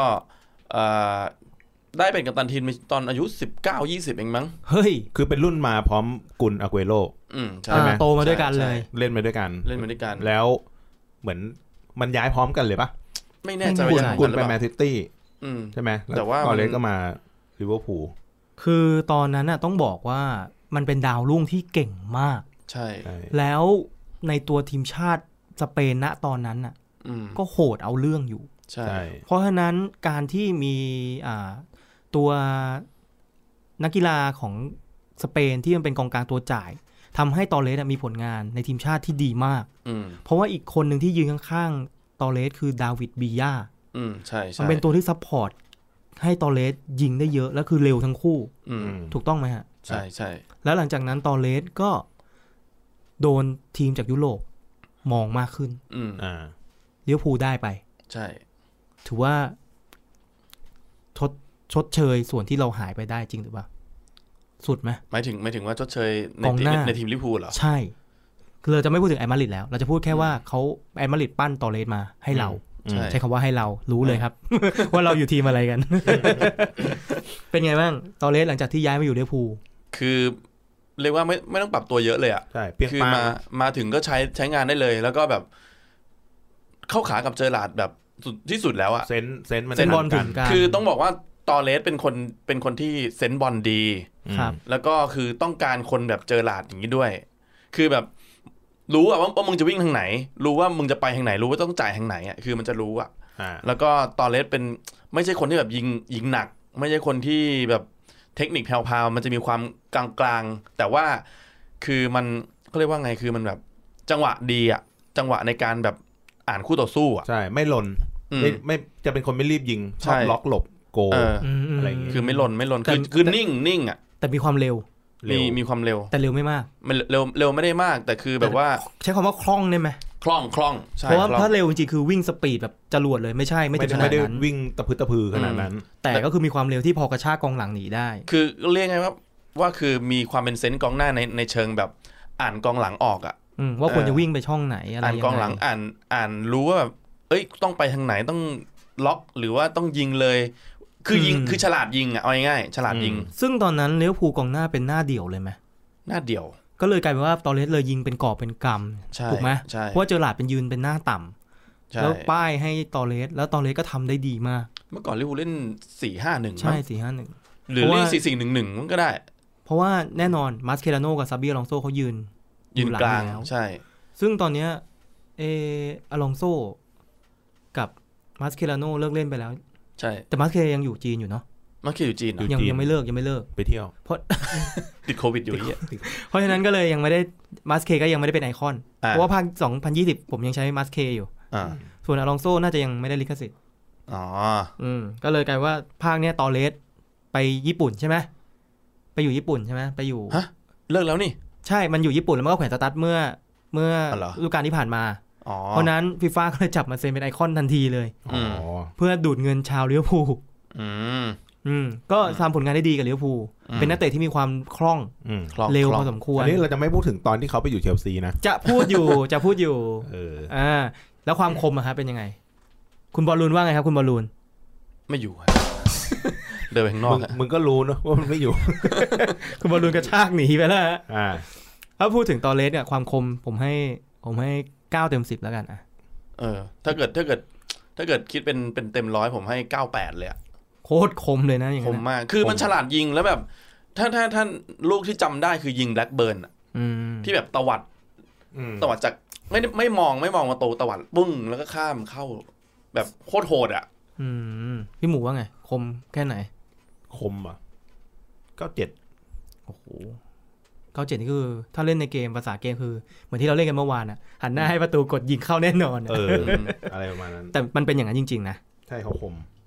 D: ได้เป็นกัปตันทีมตอนอายุสิบเก้า ยี่สิบเองมั้ง
B: เฮ้ย
C: คือเป็นรุ่นมาพร้อมกุนอาเกโร
D: อืม
B: ใช่ไหมโตมาด้วยกันเลย
C: เล่นมาด้วยกัน
D: เล่นมาด้วยกัน
C: แล้วเหมือนมันย้ายพร้อมกันเลยปะ
D: ไม่แน่ใจ
C: ว่ากุนไปแมนซิตี้ใช่ไหมแต่ว่าตอเรสก็มาลิเวอร์พูล
B: คือตอนนั้นน่ะต้องบอกว่ามันเป็นดาวรุ่งที่เก่งมาก
D: ใช่
B: แล้วในตัวทีมชาติสเปนณตอนนั้นน่ะก็โหดเอาเรื่องอยู่
D: ใช่
B: เพราะฉะนั้นการที่มีอ่าตัวนักกีฬาของสเปนที่มันเป็นกองกลางตัวจ่ายทำให้ตอเรสมีผลงานในทีมชาติที่ดีมากเพราะว่าอีกคนหนึ่งที่ยืนข้างๆตอเรสคือดาวิดบีย่า
D: ใช่
B: มันเป็นตัวที่ซัพพอร์ตให้ตอเรสยิงได้เยอะแล้วคือเร็วทั้งคู่ถูกต้องไหมฮะ
D: ใช่ใช่
B: แล้วหลังจากนั้นตอเรสก็โดนทีมจากยุโรปมองมากขึ้น
C: อ่า
B: ลิเวอร์พูลได้ไป
D: ใช่
B: ถือว่าชดชดเชยส่วนที่เราหายไปได้จริงหรือเปล่าสุดไหม
D: หมายถึงหมายถึงว่าชดเชยในทีมในทีมลิเวอร์พูลเหรอ
B: ใช่คือเราจะไม่พูดถึงไอมาริดแล้วเราจะพูดแค่ว่าเขาไอมาริดปั้นตอเรสมาให้เราใช้คำว่าให้เรารู้เลยครับ ว่าเราอยู่ทีมอะไรกัน เป็นไงบ้างตอเรสหลังจากที่ย้ายมาอยู่ลิเวอร์พูล
D: คือเรียกว่าไม่ไม่ต้องปรับตัวเยอะเลยอ่ะ
C: ใช่
D: คือมามาถึงก็ใช้ใช้งานได้เลยแล้วก็แบบเข้าขากับเจอร์ราร์ดแบบที่สุดแล้วอะ
C: เซนเซน
B: มันเซนบอลถึงกัน
D: คือต้องบอกว่าตอเรสเป็นคนเป็นคนที่เซนบอลดี
B: ครับ
D: แล้วก็คือต้องการคนแบบเจอร์ราร์ดอย่างนี้ด้วยคือแบบรู้อะว่ามึงจะวิ่งทางไหนรู้ว่ามึงจะไปทางไหนรู้ว่าต้องจ่ายทางไหนอะคือมันจะรู้อะแล้วก็ตอเรสเป็นไม่ใช่คนที่แบบยิงยิงหนักไม่ใช่คนที่แบบเทคนิคแผ่วๆมันจะมีความกลางๆแต่ว่าคือมันเขาเรียกว่าไงคือมันแบบจังหวะดีอะจังหวะในการแบบอ่านคู่ต่อสู้อ่ะ
C: ใช่ไม่หล่นไม่ไม่จะเป็นคนไม่รีบยิงชอบล็อกหลบโกอะไรอย่างเงี้ย
D: คือไม่หล่นไม่หล่นคือคือนิ่งนิ่งอ่ะ
B: แต่มีความเร็ว
D: มีมีความเร็ว
B: แต่เร็วไม่มาก
D: มันเร็วเร็วไม่ได้มากแต่คือแบบว่า
B: ใช้คำว่าคล่องได้ไหม
D: คล่องคล่อง
B: ใช่เพราะว่าถ้าเร็วจริงๆคือวิ่งสปีดแบบจรวดเลยไม่ใช่ไม่ถึงขนาดนั้น
C: วิ่งตะพื้นตะพือขนาดนั้น
B: แต่ก็คือมีความเร็วที่พอกระชากกองหลังหนีได้
D: คือเรียกไงว่าว่าคือมีความเป็นเซนส์กองหน้าในในเชิงแบบอ่านกองหลังออกอ่ะ
B: ว่าควรจะวิ่งไปช่องไหนอะไร
D: อ่านกองหลังอ่านอ่านรู้ว่าแบบเอ้ยต้องไปทางไหนต้องล็อกหรือว่าต้องยิงเลยคือยิงคือฉลาดยิงอ่ะเอาง่ายๆฉลาดยิง
B: ซึ่งตอนนั้นลิเวอร์พูลกองหน้าเป็นหน้าเดี่ยวเลยไหม
D: หน้าเดี่ยว
B: ก็เลยกลายเป็นว่าตอเรสเลยยิงเป็นกอบเป็นกำถูกไหมเพราะว่าเจอหลาดเป็นยืนเป็นหน้าต่ำแล้วป้ายให้ตอเรสแล้วตอเรสก็ทำได้ดีมาก
D: เมื่อก่อนลิเวอร์พูลเล่นสี่ห้าหนึ่ง
B: ใช่สี่ห้าหนึ่ง
D: หรือเล่นสี่สี่หนึ่งหนึ่งมันก็ได้
B: เพราะว่าแน่นอนมาสเคราโนกับซาบิอลองโซเขายืน
D: ยืนกลางใช่
B: ซึ่งตอนเนี้ยเออลองโซกับมาสเคราโนเลิกเล่นไปแล้ว
D: ใช่
B: แต่มาสเคยังอยู่จีนอยู่เนาะ
D: มาสเคอยู่จีน
B: ยังยังไม่เลิกยังไม่เลิก
C: ไปเที่ยว
B: เพราะ
D: ติดโควิดอยู่เหี้ย
B: เพราะฉะนั้นก็เลยยังไม่ได้มาสเคก็ยังไม่ได้เป็นไอคอนเพราะว่าภาคสองพันยี่สิบผมยังใช้มาสเคอยู่ส่วนอลองโซน่าจะยังไม่ได้ลิขสิทธิ์
D: อ๋อ
B: อืมก็เลยกลายว่าภาคเนี้ยตอเรสไปญี่ปุ่นใช่ไหมไปอยู่ญี่ปุ่นใช่ไหมไปอยู่
D: ฮะเลิกแล้วนี่
B: ใช่มันอยู่ญี่ปุ่นแล้วมันก็แขวนสตาร์ทเมื่อเมื่อฤดูกาลที่ผ่านมาเพราะนั้นฟีฟ่าก็เลยจับมาเซ็นเป็นไอคอนทันทีเลยเพื่อดูดเงินชาวลิเวอร์พูลอืมก็ทำผลงานได้ดีกับลิเวอร์พูลเป็นนักเตะที่มีความคล่องเร็วพอสมควร
C: อันนี้เราจะไม่พูดถึงตอนที่เขาไปอยู่เชลซีนะ
B: จะพูดอยู่จะพูดอยู่เอออ่าแล้วความคมอะครับเป็นยังไงคุณบอลลูนว่าไงครับคุณบอลลูน
D: ไม่อยู่เดินไปข้างนอก
C: มึงก็รู้นะว่ามันไม่อยู่
B: คุณบอลลูนกระชากหนีไปแล้วอ่าถ้าพูดถึงตอเรสเนี่ยความคมผมให้ผมให้เก้าเต็มสิบแล้วกันอ่ะ
D: เออถ้าเกิดถ้าเกิดถ้าเกิดคิดเป็นเป็นเต็มร้อยผมให้เก้าแปดเลยอ่ะ
B: โคตรคมเลยนะอย่าง
D: นั้นคมมากคือมันฉลาดยิงแล้วแบบถ้าถ้าท่านลูกที่จำได้คือยิงแบล็คเบิร์นอ่ะที่แบบตวัดตวัดจากไม่ไม่มองไม่มองมาโตตวัดปึ้งแล้วก็ข้ามเข้าแบบโคตรโหดอ่ะ
B: อืมพี่หมูว่าไงคมแค่ไหน
C: คมอ่ะเก้าเจ็ด
B: โอ้โหเก้าเจ็ดนี่คือถ้าเล่นในเกมภาษาเกมคือเหมือนที่เราเล่นกันเมื่อวานอ่ะหันหน้าให้ประตูกดยิงเข้าแน่นอน
C: เอออะไรประมาณนั้น
B: แต่มันเป็นอย่างนั้นจริงๆนะ
C: ใช่เขาคม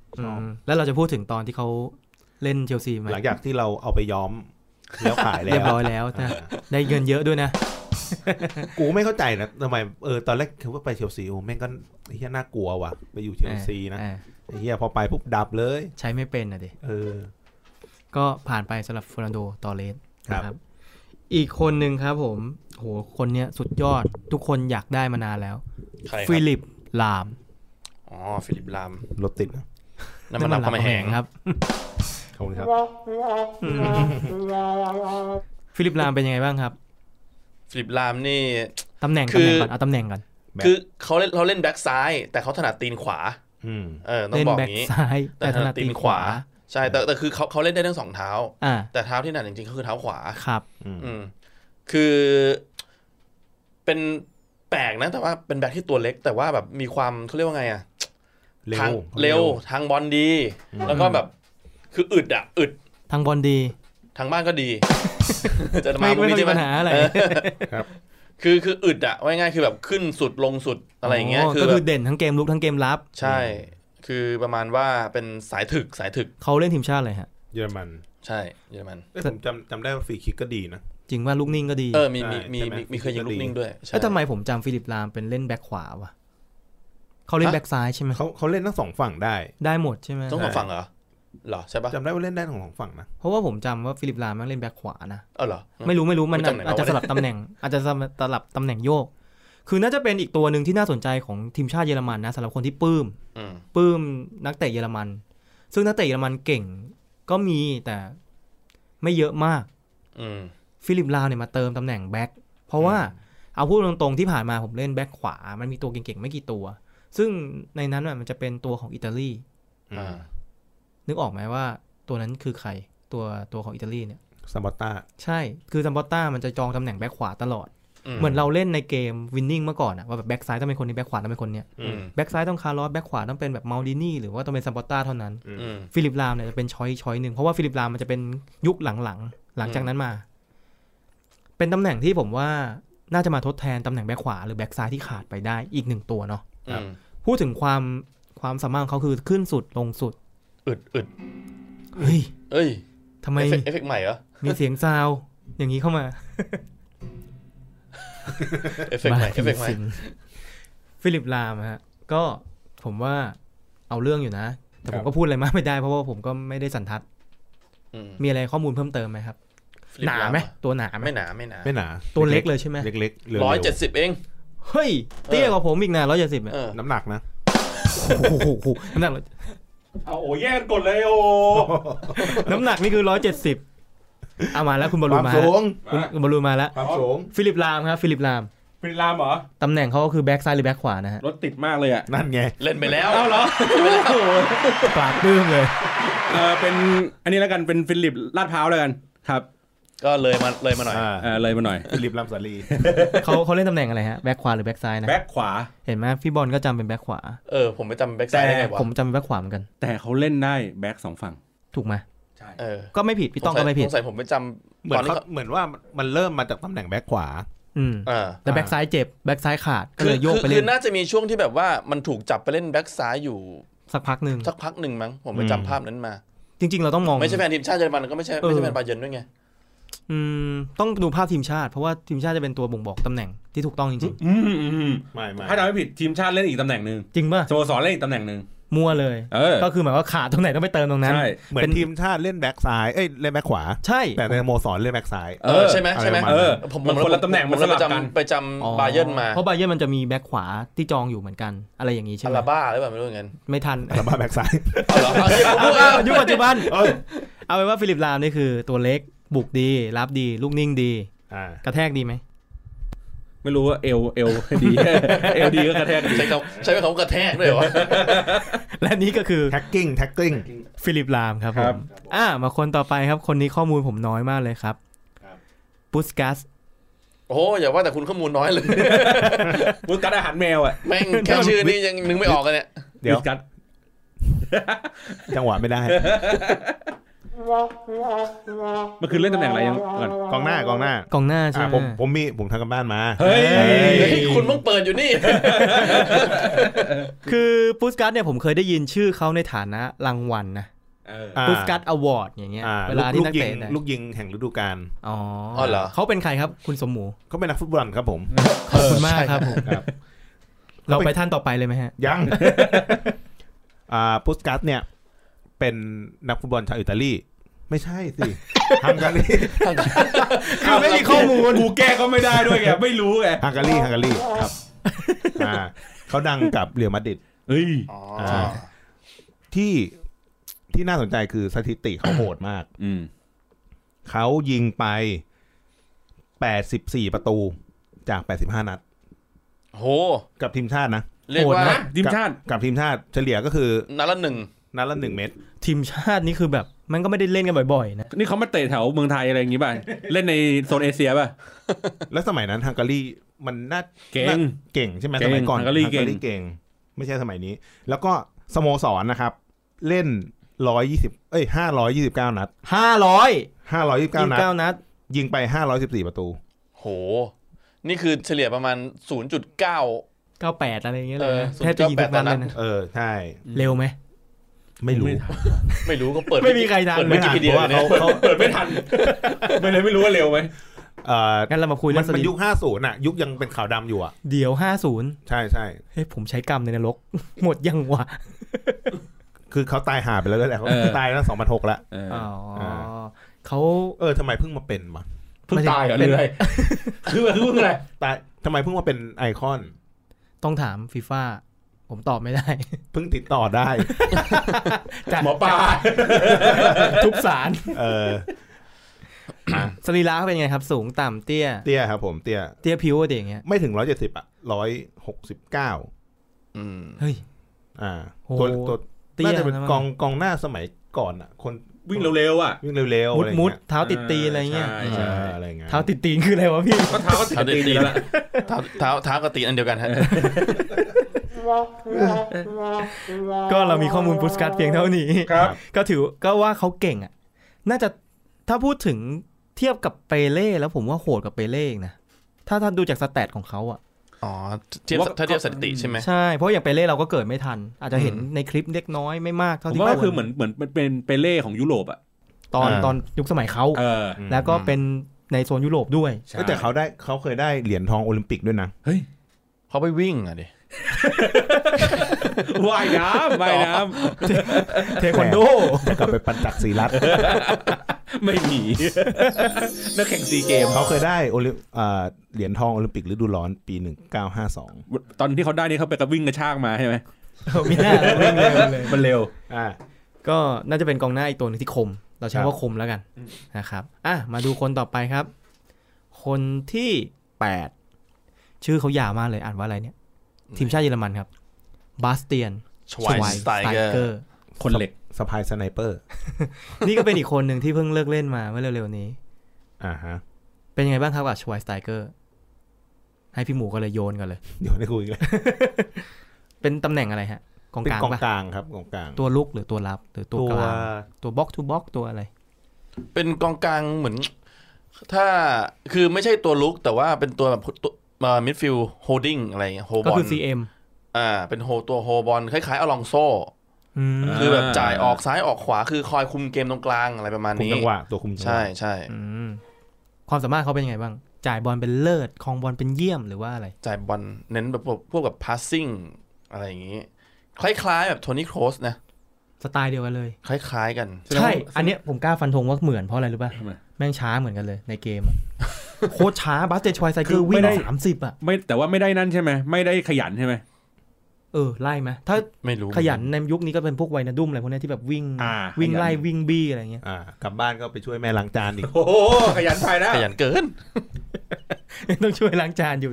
B: แล้วเราจะพูดถึงตอนที่เขาเล่นเชลซีไหม
C: หลังจากที่เราเอาไปย้อมแล้วขายแล้ว
B: เรียบร้อยแล้วนะได้เงินเยอะด้วยนะ
C: กูไม่เข้าใจนะทำไมเออตอนแรกคือว่าไปเชลซีโอ้แม่งก็เฮียน่ากลัวว่ะไปอยู่เชลซีนะเฮียพอไปปุ๊บดับเลย
B: ใช้ไม่เป็นนะดิ
C: เออ
B: ก็ผ่านไปสำหรับเฟอร์นันโดตอเรสนะครับอีกคนหนึ่งครับผมโหคนเนี้ยสุดยอดทุกคนอยากได้มานานแล้วฟิลิปลาม
D: อ๋อฟิลิปลาม
C: รถติดนะ
D: น้ำมันลำคำแหง
B: ครับ
C: ขอบคุณครับ
B: ฟิลิปลามเป็นยังไงบ้างครับ
D: ฟิลิปลามนี่
B: ตำแหน่งตำแหน่งก่อนเอาตำแหน่งก่อน
D: คือเขาเล่นเขาเล่นแบ็คซ้ายแต่เขาถนัดตีนขวาเออต้องบอกงี้
B: แต่ถนัดตีนขวา
D: ใช่แต่แต่คือเขาเขาเล่นได้ทั้งสองเท้าแต่เท้าที่ถนัดจริงๆเขาคือเท้าขวา
B: ครับ
D: อืมคือเป็นแปลกนะแต่ว่าเป็นแบ็คที่ตัวเล็กแต่ว่าแบบมีความเขาเรียกว่าไงอะทางเร็วทางบอลดีแล้วก็แบบคืออึดอะอึด
B: ทางบอลดี
D: ทางบ้านก็ดี
B: จะมาไม่มีปัญหาอะไร
D: ครับคือคืออึดอะว่าง่ายคือแบบขึ้นสุดลงสุดอะไรอย่างเงี้ย
B: คือก็คือเด่นทั้งเกมลุกทั้งเกมรับ
D: ใช่คือประมาณว่าเป็นสายถึกสายถึก
B: เขาเล่นทีมชาติอะไรฮะ
C: เยอรมัน
D: ใช่เยอรมัน
C: ผมจำจำได้ว่าฟรีคิกก็ดีนะ
B: จริงว่าลูกนิ่งก็ดี
D: เออมีมีมีมีเคยยิงลูกนิ่งด้วย
B: ใช่แล้วทำไมผมจำฟิลิปลามเป็นเล่นแบ็คขวาวะเขาเล่นแบ็คซ้ายใช่ไหม
C: เขาเขาเล่นทั้งสองฝั่งได้
B: ได้หมดใช่ไหม
D: ทั้งสองฝั่งเหรอหรอใช่ปะ
C: จำได้ว่าเล่นได้ทั้งสองฝั่งนะ
B: เพราะว่าผมจำว่าฟิลิปลามมันเล่นแบ็คขวานะ
D: เออเหรอ
B: ไม่รู้ไม่รู้มันอาจจะสลับตำแหน่งอาจจะสลับตำแหน่งโยกคือน่าจะเป็นอีกตัวหนึ่งที่น่าสนใจของทีมชาติเยอรมันนะสำหรับคนที่ปลื้มปลื้มนักเตะเยอรมันซึ่งนักเตะเยอรมันเก่งก็มีแต่ไม่เยอะมากฟิลิปลามเนี่ยมาเติมตำแหน่งแบ็คเพราะว่าเอาพูดตรงๆที่ผ่านมาผมเล่นแบ็คขวามันมีตัวเก่งๆไม่กี่ตัวซึ่งในนั้นมันจะเป็นตัวของอิตาลีนึกออกไหมว่าตัวนั้นคือใครตัวตัวของอิตาลีเนี่ย
C: ซัมบอตต้า
B: ใช่คือซัมบอตต้ามันจะจองตำแหน่งแบ็คขวาตลอดเหมือนเราเล่นในเกมวินนิ่งเมื่อก่อนอะว่าแบบแบ็คซ้ายต้องเป็นคนนี้แบ็คขวาต้องเป็นคนเนี้ยแบ็คซ้ายต้องคาร์ลอสแบ็คขวาต้องเป็นแบบมัลดินี่หรือว่าต้องเป็นซัมบอตต้าเท่านั้นฟิลิปลามเนี่ยจะเป็นช้อยช้อยนึงเพราะว่าฟิลิปลามมันจะเป็นยุคหลังๆหลังจากนั้นมาเป็นตำแหน่งที่ผมว่าน่าจะมาทดแทนตำแหน่งแบ็คขวาหรือแบ็คซ้ายที่ขาดไปได้อีกหนึ่งตัวเนาะพูดถึงความความสามารถของเขาคือขึ้นสุดลงสุด
D: อึดอึด
B: เฮ้ย
D: เอ้ย
B: ทำไม
D: เอฟเฟกต์ใหม่เหรอ
B: มีเสียงซาวอย่างนี้เข้ามา
D: เอฟเฟกต์ใหม่เอฟเฟกต์ใหม่
B: ฟิลิปลามฮะก็ผมว่าเอาเรื่องอยู่นะแต่ผมก็พูดอะไรมากไม่ได้เพราะว่าผมก็ไม่ได้สันทัดมีอะไรข้อมูลเพิ่มเติมไหมครับหนาไหมตัวหนาไหม
D: ไม่หนาไม่หนา
C: ไม่หนา
B: ตัวเล็กเลยใช่ไหม
C: เล็กๆ
D: ร้อยเจ็ดสิบเอง
B: เฮ้ยเตี้ยกว่าผมอีกนะร้อยเจ็ดสิบ
C: น้ำหนักนะ
B: โอ้โหน้ำหนัก
A: เอาโอ้แย่กดเลยโอ้
B: น้ำหนักนี่คือร้อยเจ็ดสิบเอามาแล้วคุณบอลลูมาคุณบอลลูมาแล้วฟิลิปลามครับฟิลิปลาม
A: ฟิลิปลามเหรอ
B: ตำแหน่งเขาก็คือแบ็คซ้ายหรือแบ็คขวานะฮะ
A: รถติดมากเลยอ่ะ
C: นั่นไง
D: เล่นไปแล้ว
A: เอาเหรอ
B: ปากดื้อเลย
A: เออเป็นอันนี้แล้วกันเป็นฟิลิปลาดพร้าวแล้วกันครับ
D: ก็เลยมาเลยมาหน่อย
A: เออเลยมาหน่อย
C: ฟิลิปลามสาลี
B: เขาเขาเล่นตำแหน่งอะไรฮะแบ็คขวาหรือแบ็คซ้ายนะ
A: แบ็คขวา
B: เห็นไหมพี่บอลก็จำเป็นแบ็คขวา
D: เออผมไม่จำแบ็คซ้ายได้ไงวะ
B: ผมจำเป็นแบ็คขวาเหมือนกัน
A: แต่เขาเล่นได้แบ็คสองฝั่ง
B: ถูกไหม
A: ใช่
B: เออก็ไม่ผิดพี่ต้องก็ไม่ผิด
D: สงสัยผมไม่จำ
C: เหมือนเหมือนว่ามันเริ่มมาจากตำแหน่งแบ็คขวา
B: อืมแต่แบ็คซ้ายเจ็บแบ็คซ้ายขาดก็เลยโยกไปเล่น
D: คือน่าจะมีช่วงที่แบบว่ามันถูกจับไปเล่นแบ็คซ้ายอยู่
B: สักพักนึง
D: สักพักนึงมั้งผมไปจำภาพนั้นมา
B: จริงๆเราต้องมอง
D: ไม่ใช่แฟนทีมชาติเยอรมันก็ไม่ใช่ไม่ใช่แฟนบาเยิร์นด้วยไง
B: อืมต้องดูภาพทีมชาติเพราะว่าทีมชาติจะเป็นตัวบ่งบอกตำแหน่งที่ถูกต้องจริง
A: ๆอืมไม่ไม่ถ้าจำไม่ผิดทีมชาติเล่นอีกตำแหน่งนึง
B: จริงป่ะ
A: สโมสรเล่นอีกตำแหน่งนึง
B: มั่วเลยก็คือหมายว่าขาดตรงไหนต้องไปเติมตรงนั้น
C: เหมือนทีมชาติเล่นแบ็คซ้ายเอ้ยเล่นแบ็คขวา
B: ใช่
C: แต่ในสโมสรเล่นแบ็คซ้าย
D: เออใช่ไหมใช่ไหม
A: เออผมมันคนละตำแหน่งมันสลับกัน
D: ไปจำบาเยิร์นมา
B: เพราะบาเยิร์นมันจะมีแบ็คขวาที่จองอยู่เหมือนกันอะไรอย่างนี้ใช่ไหม
D: อาราบ้าหรือเปล่าไม่รู้เงิน
B: ไม่ทัน
C: อาราบ้าแบ็คซ้าย
B: ยุคปัจจุบันเอาเป็นว่าฟิลิปลามนี่คือตัวเล็กบุกดีรับดีลูกนิ่งดีกระแทกดีไหม
A: ไม่รู้ว่าเอวเอวดีเอวดีก็กระแทกดี
D: ใช้เขาใช้เขากระแทกด้วยเหรอ
B: และนี่ก็คือ
C: แท็กกิ้งแท็กกิ้ง
B: ฟิลิปลามครับผมอ่ามาคนต่อไปครับคนนี้ข้อมูลผมน้อยมากเลยครับปุสกัส
D: โอ้อย่าว่าแต่คุณข้อมูลน้อยเลย
A: ปุสกัสอาหารแมวอ่ะ
D: แม่งแค่ชื่อนี้ยังนึกไม่ออกกันเนี่ย
C: เดี๋ยวกัสจังหวะไม่ได้
A: มันคือเล่นตำแหน่งอะไรยังก่อน
C: กองหน้ากองหน้าก
B: องหน้าใช่ไหม
C: ผมผมมีผมทำกันบ้านมา
A: เฮ้ย
D: คุณต้องเปิดอยู่นี่
B: คือปุสสกัสเนี่ยผมเคยได้ยินชื่อเขาในฐานะรางวัลนะพุสกัสอวอร์ดอย่างเงี้ยเวลาที่นักเตะ
C: ลูกยิงแห่งฤดูกาล
B: อ๋อ
D: อ๋อเหรอ
B: เขาเป็นใครครับคุณสมหมู
C: เขาเป็นนักฟุตบอลครับผม
B: ขอบคุณมากครับผมเราไปท่านต่อไปเลยไหมฮะ
C: ยังอ่าพุสกัสเนี่ยเป็นนักฟุตบอลชาวอิตาลีไม่ใช่สิฮังการี
B: คือไม่มีข้อมูล
A: กูแก้ก็ไม่ได้ด้วยไงไม่รู้ไง
C: ฮังการีฮังการีครับอ่าเขาดังกับเรอัลมาดริด
A: เฮ้ย
C: ที่ที่น่าสนใจคือสถิติเขาโหดมากเขายิงไปแปดสิบสี่ประตูจากแปดสิบห้านัด
D: โห
C: กับทีมชาตินะ
D: เรียกว่า
A: ทีมชาติ
C: กับทีมชาติเฉลี่ยก็คือ
D: นัดละหนึ่ง
C: นัดละหนึ่งเม็ด
B: ทีมชาตินี่คือแบบมันก็ไม่ได้เล่นกันบ่อยๆนะ
A: นี่เขามาเตะแถวเมืองไทยอะไรอย่างงี้ป่ะเล่นในโซนเอเชียป่ะ
C: แล้วสมัยนั้นฮังการีมันน่า
A: เก่ง
C: เก่งใช่ไหมสมัยก่อนฮังการีเก่งไม่ใช่สมัยนี้แล้วก็สโมสรนะครับเล่นร้อยยี่สิบเอ้ยห้าร้อยยี่สิบเก้านัด
B: ห้าร้อย
C: ห้าร้อยยี่สิบเก้านัดยิงไปห้าร้อยสิบสี่ประตู
D: โหนี่คือเฉลี่ยประมาณ ศูนย์จุดเก้า
B: เก้าแปด อะไรอย่างเงี้ยเลยแทบจะยิงทุกนัดเลยนะ
C: เออใช่
B: เร็วไหม
C: ไม่รู้
D: ไม่รู้ก็เปิด
B: ไม่มีใครทัน
D: ไม่ทันเพราะว่าเขาเขา
A: เปิดไม่ทันไม่เลยไม่รู้ว่าเร็วไหม
C: เอ่อ
B: งั้นเรามาคุยเรื่อง
C: มันยุคห้าสิบน่ะยุคยังเป็นขาวดำอยู่อ่ะ
B: เดี๋ยวห้าสิบ
C: ใช่ๆ
B: เฮ้ยผมใช้กรรมในนรกหมดยังวะ
C: คือเขาตายหาไปแล้วแหละเขาตายตั้งสองพันหกแล้ว
B: อ๋อเขา
C: เออทำไมเพิ่งมาเป็นมา
A: เพิ่งตายเหรอเลยคือเพิ่งอะไร
C: ตายทำไมเพิ่งมาเป็นไอคอน
B: ต้องถามฟีฟ่าผมตอบไม่ได้
C: เพิ่งติดต่อได้
A: หมอปลา
B: ทุกสาร
C: เออ
B: สรีระเขาเป็นไงครับสูงต่ำเตี้ย
C: เตี้ยครับผมเตี้ย
B: เตี้ยผิวอะไรอย่างเงี้ย
C: ไม่ถึงร้อยเจ็ดสิบอ่ะร้อยหกสิบเก้า
B: เฮ้ย
C: อ่าตัวตัวน่าจะเป็นกองกองหน้าสมัยก่อนอ่ะคน
A: วิ่งเร็วๆอ่ะ
C: วิ่งเร็วๆอะไร
B: มุดเท้าติดตีนอะไรเงี้ย
C: อะไรเงี้ย
B: เท้าติดตีนคืออะไรวะพี่
A: ก็เท้าติดตีนแล้ว
D: เท้าเท้าเท้ากับตีนอันเดียวกันฮะ
B: ก็เรามีข้อมูลพุสกัสเพียงเท่านี้ก็ถือก็ว่าเขาเก่งอ่ะน่าจะถ้าพูดถึงเทียบกับเปเล่แล้วผมว่าโหดกับเปเล่นะถ้าท่านดูจากสแตทของเขาอ่ะ
D: อ๋อเทียบถ้าเทียบสถิติใช่ไหม
B: ใช่เพราะอย่างเปเล่เราก็เกิดไม่ทันอาจจะเห็นในคลิปเล็กน้อยไม่มากเท่าที่
A: ว่าคือเหมือนเหมือนมันเป็นเปเล่ของยุโรปอ่ะ
B: ตอนตอนยุคสมัยเขาแล้วก็เป็นในโซนยุโรปด้วย
C: แต่เขาได้เขาเคยได้เหรียญทองโอลิมปิกด้วยนะ
A: เฮ้ย
D: เขาไปวิ่งอ่ะดิ
A: ว่ายน้ำว่ายน้
B: ำเทควันโด
C: จะกลับไปปัญจักรศรีรัตน์
A: ไม่มีนักแข่งซีเกม
C: เขาเคยได้โอลิมเหรียญทองโอลิมปิกฤดูร้อนปีหนึ่งเก้าห้าสอง
A: ตอนที่เขาได้นี่เขาไปกระวิ่งกระชากมาใช่ไหม
B: มีหน้าวิ่งเร็วเลย
A: มันเร็ว
B: อ่าก็น่าจะเป็นกองหน้าอีกตัวนึงที่คมเราใช้ว่าคมแล้วกันนะครับอ่ะมาดูคนต่อไปครับคนที่แปดชื่อเขายาวมากเลยอ่านว่าอะไรเนี่ยทีมชาติเยอรมันครับบาสเตียน
D: ชไวสไตเกอร์
A: คนเหล็ก
C: สะพายสไนเปอร์
B: นี่ก็เป็นอีกคนหนึ่งที่เพิ่งเลิกเล่นมาเมื่อเร็วๆนี้
C: อ่าฮะ
B: เป็นยังไงบ้างครับกับชไวสไตเกอร์ให้พี่หมูก็เลยโยนกันเลย
C: โยนให้คุยเลย
B: เป็นตำแหน่งอะไรฮะกองกลาง
C: กองกลางครับกองกลาง
B: ตัวลุกหรือตัวรับหรือตัวกลางตัวบล็อกทูบล็อกตัวอะไร
D: เป็นกองกลางเหมือนถ้าคือไม่ใช่ตัวลุกแต่ว่าเป็นตัวแบบมามิดฟิลด์โฮลดิ้งอะไรเงี้ยโฮบอล
B: ก็คือ ซี เอ็ม
D: อ่าเป็นโฮตัวโฮบอลคล้ายๆอลองโซ่คือแบบจ่ายออกซ้ายออกขวาคือคอยคุมเกมตรงกลางอะไรประมาณนี้
C: คุมจังหวะตัวคุมจังหวะ
D: ใช่ใช่
B: ความสามารถเขาเป็นยังไงบ้างจ่ายบอลเป็นเลิศครองบอลเป็นเยี่ยมหรือว่าอะไร
D: จ่ายบอลเน้นแบบพวกแบบพาสซิ่งอะไรอย่างงี้คล้ายๆแบบโทนี่โครสนะ
B: สไตล์เดียวกันเลย
D: คล้ายๆกัน
B: ใช่อันเนี้ยผมกล้าฟันธงว่าเหมือนเพราะอะไรรู้ป่ะแม่งช้าเหมือนกันเลยในเกมโคตรช้าบาสเตชไวไซเคิลวิ่งสามสิบอ่ะ
A: ไม่แต่ว่าไม่ได้นั่นใช่ไหมไม่ได้ขยันใช่ไหม
B: เออไล่ไหมถ้า
D: ไม่รู้
B: ขยันในยุคนี้ก็เป็นพวกไวนาดุมอะไรพวกนี้ที่แบบวิ่งวิ่งไล่วิ่งบี้อะไรเงี้ย
C: อ่ากลับบ้านก็ไปช่วยแม่ล้างจานอีก
A: โอ้โหขยันไปนะ
D: ขยันเกิน
B: ต้องช่วยล้างจานอยู่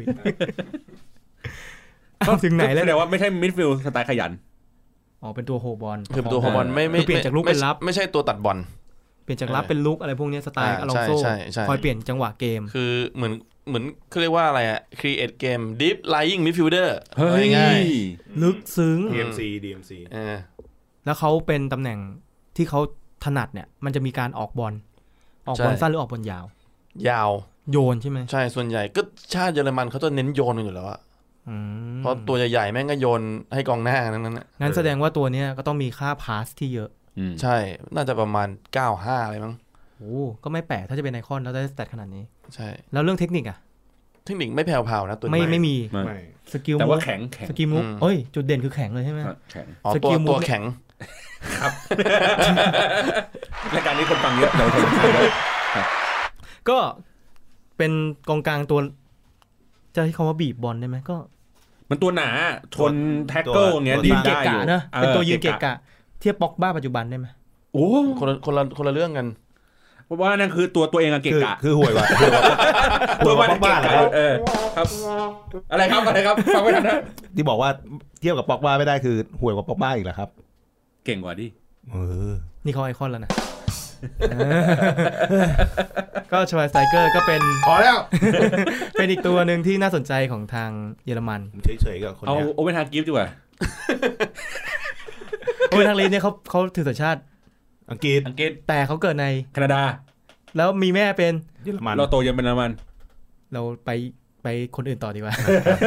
B: ก็ถึงไหนแล้ว
A: แสดงว่าไม่ใช่มิดฟิลด์สไตล์ขยัน
B: อ๋อเป็นตัวโฮบอล
D: คือเป็นตัวโฮบอลไม่ไม่
B: เปลี่ยนจากลุกเป็นรับ
D: ไม่ใช่ตัวตัดบอล
B: เปลี่ยนจากรับเป็นลุกอะไรพวกนี้สไตล์อลองโซ่คอยเปลี่ยนจังหวะเกม
D: คือเหมือนเหมือนเขาเรียกว่าอะไรอะ create game deep lying midfielder
A: เฮ้ยง่าย
B: ลึกซึ้ง
C: ดี เอ็ม ซี ดี เอ็ม ซี
D: เออ
B: แล้วเขาเป็นตำแหน่งที่เขาถนัดเนี่ยมันจะมีการออกบอลออกบอลสั้นหรือออกบอลยาวย
D: าว
B: โยนใช่ไหม
D: ใช่ส่วนใหญ่ก็ชาติเยอรมันเขาจะเน้นโยนอยู่แล้วอะเพราะตัวใหญ่ๆแม่งก็โยนให้กองหน้านั้นนั้น
B: งั้นแสดงว่าตัวเนี้ยก็ต้องมีค่าพาสที่เยอะ
D: ใช่น่าจะประมาณเก้าสิบห้าอะไรมั้ง
B: โอ้ก็ไม่แปลกถ้าจะเป็นไอคอนแล้วได้สแตทขนาดนี้
D: ใช่
B: แล้วเรื่องเทคนิคอะ
D: เทคนิคไม่แผ่วๆนะตัว
B: ไม่ไม่มีสกิล
A: แต่ว่าแข็งแข็ง
B: สกิลมุกเอ้ยจุดเด่นคือแข็งเลยใช่ไหม
A: แข็ง
D: อ๋อตัวตัวแข็ง
A: ครับรายการนี้คนฟังเยอะเดี๋ยวผม
B: ก็เป็นกองกลางตัวจะให้คำว่าบีบบอลได้ไหมก็
A: มันตัวหนาชนแท็กเกิลเงี้ย
B: ยืนเกะกะนะเป็นตัวยืนเกะกะเทียบป็อกบ้าปัจจุบันได้ไหม
A: โอ้
D: คนละคนละคนละเรื่องกัน
A: เพราะว่านั่นคือตัวตัวเองอะเกะกะ
C: คือห่วยว่ะ
A: ตัวว่าบ้าเหรอเออครับอะไรครับอะไรครับฟังไม่ทันนะ
C: ที่บอกว่าเทียบกับป็อกบ้าไม่ได้คือห่วยกว่าป็อกบ้าอีกเหรอครับ
A: เก่งกว่าดิ
C: เออ
B: นี่เขาไอคอนแล้วนะก็ชวายสไตเกอร์ก็เป็น
C: พอแล้ว
B: เป็นอีกตัวหนึ่งที่น่าสนใจของทางเยอรมัน
C: เฉยๆกับคน
A: เอาโอเวอร์ทากิฟต์ดีกว่า
B: โอเวอร์ทากิฟต์เนี่ยเขาเขาถือสัญชาติ
C: อังกฤษ
A: อังกฤษ
B: แต่เขาเกิดใน
A: แคนาดา
B: แล้วมีแม่เป็น
C: เยอรมัน
A: เราโตยังเป็นเยอรมัน
B: เราไปไปคนอื่นต่อดีกว่า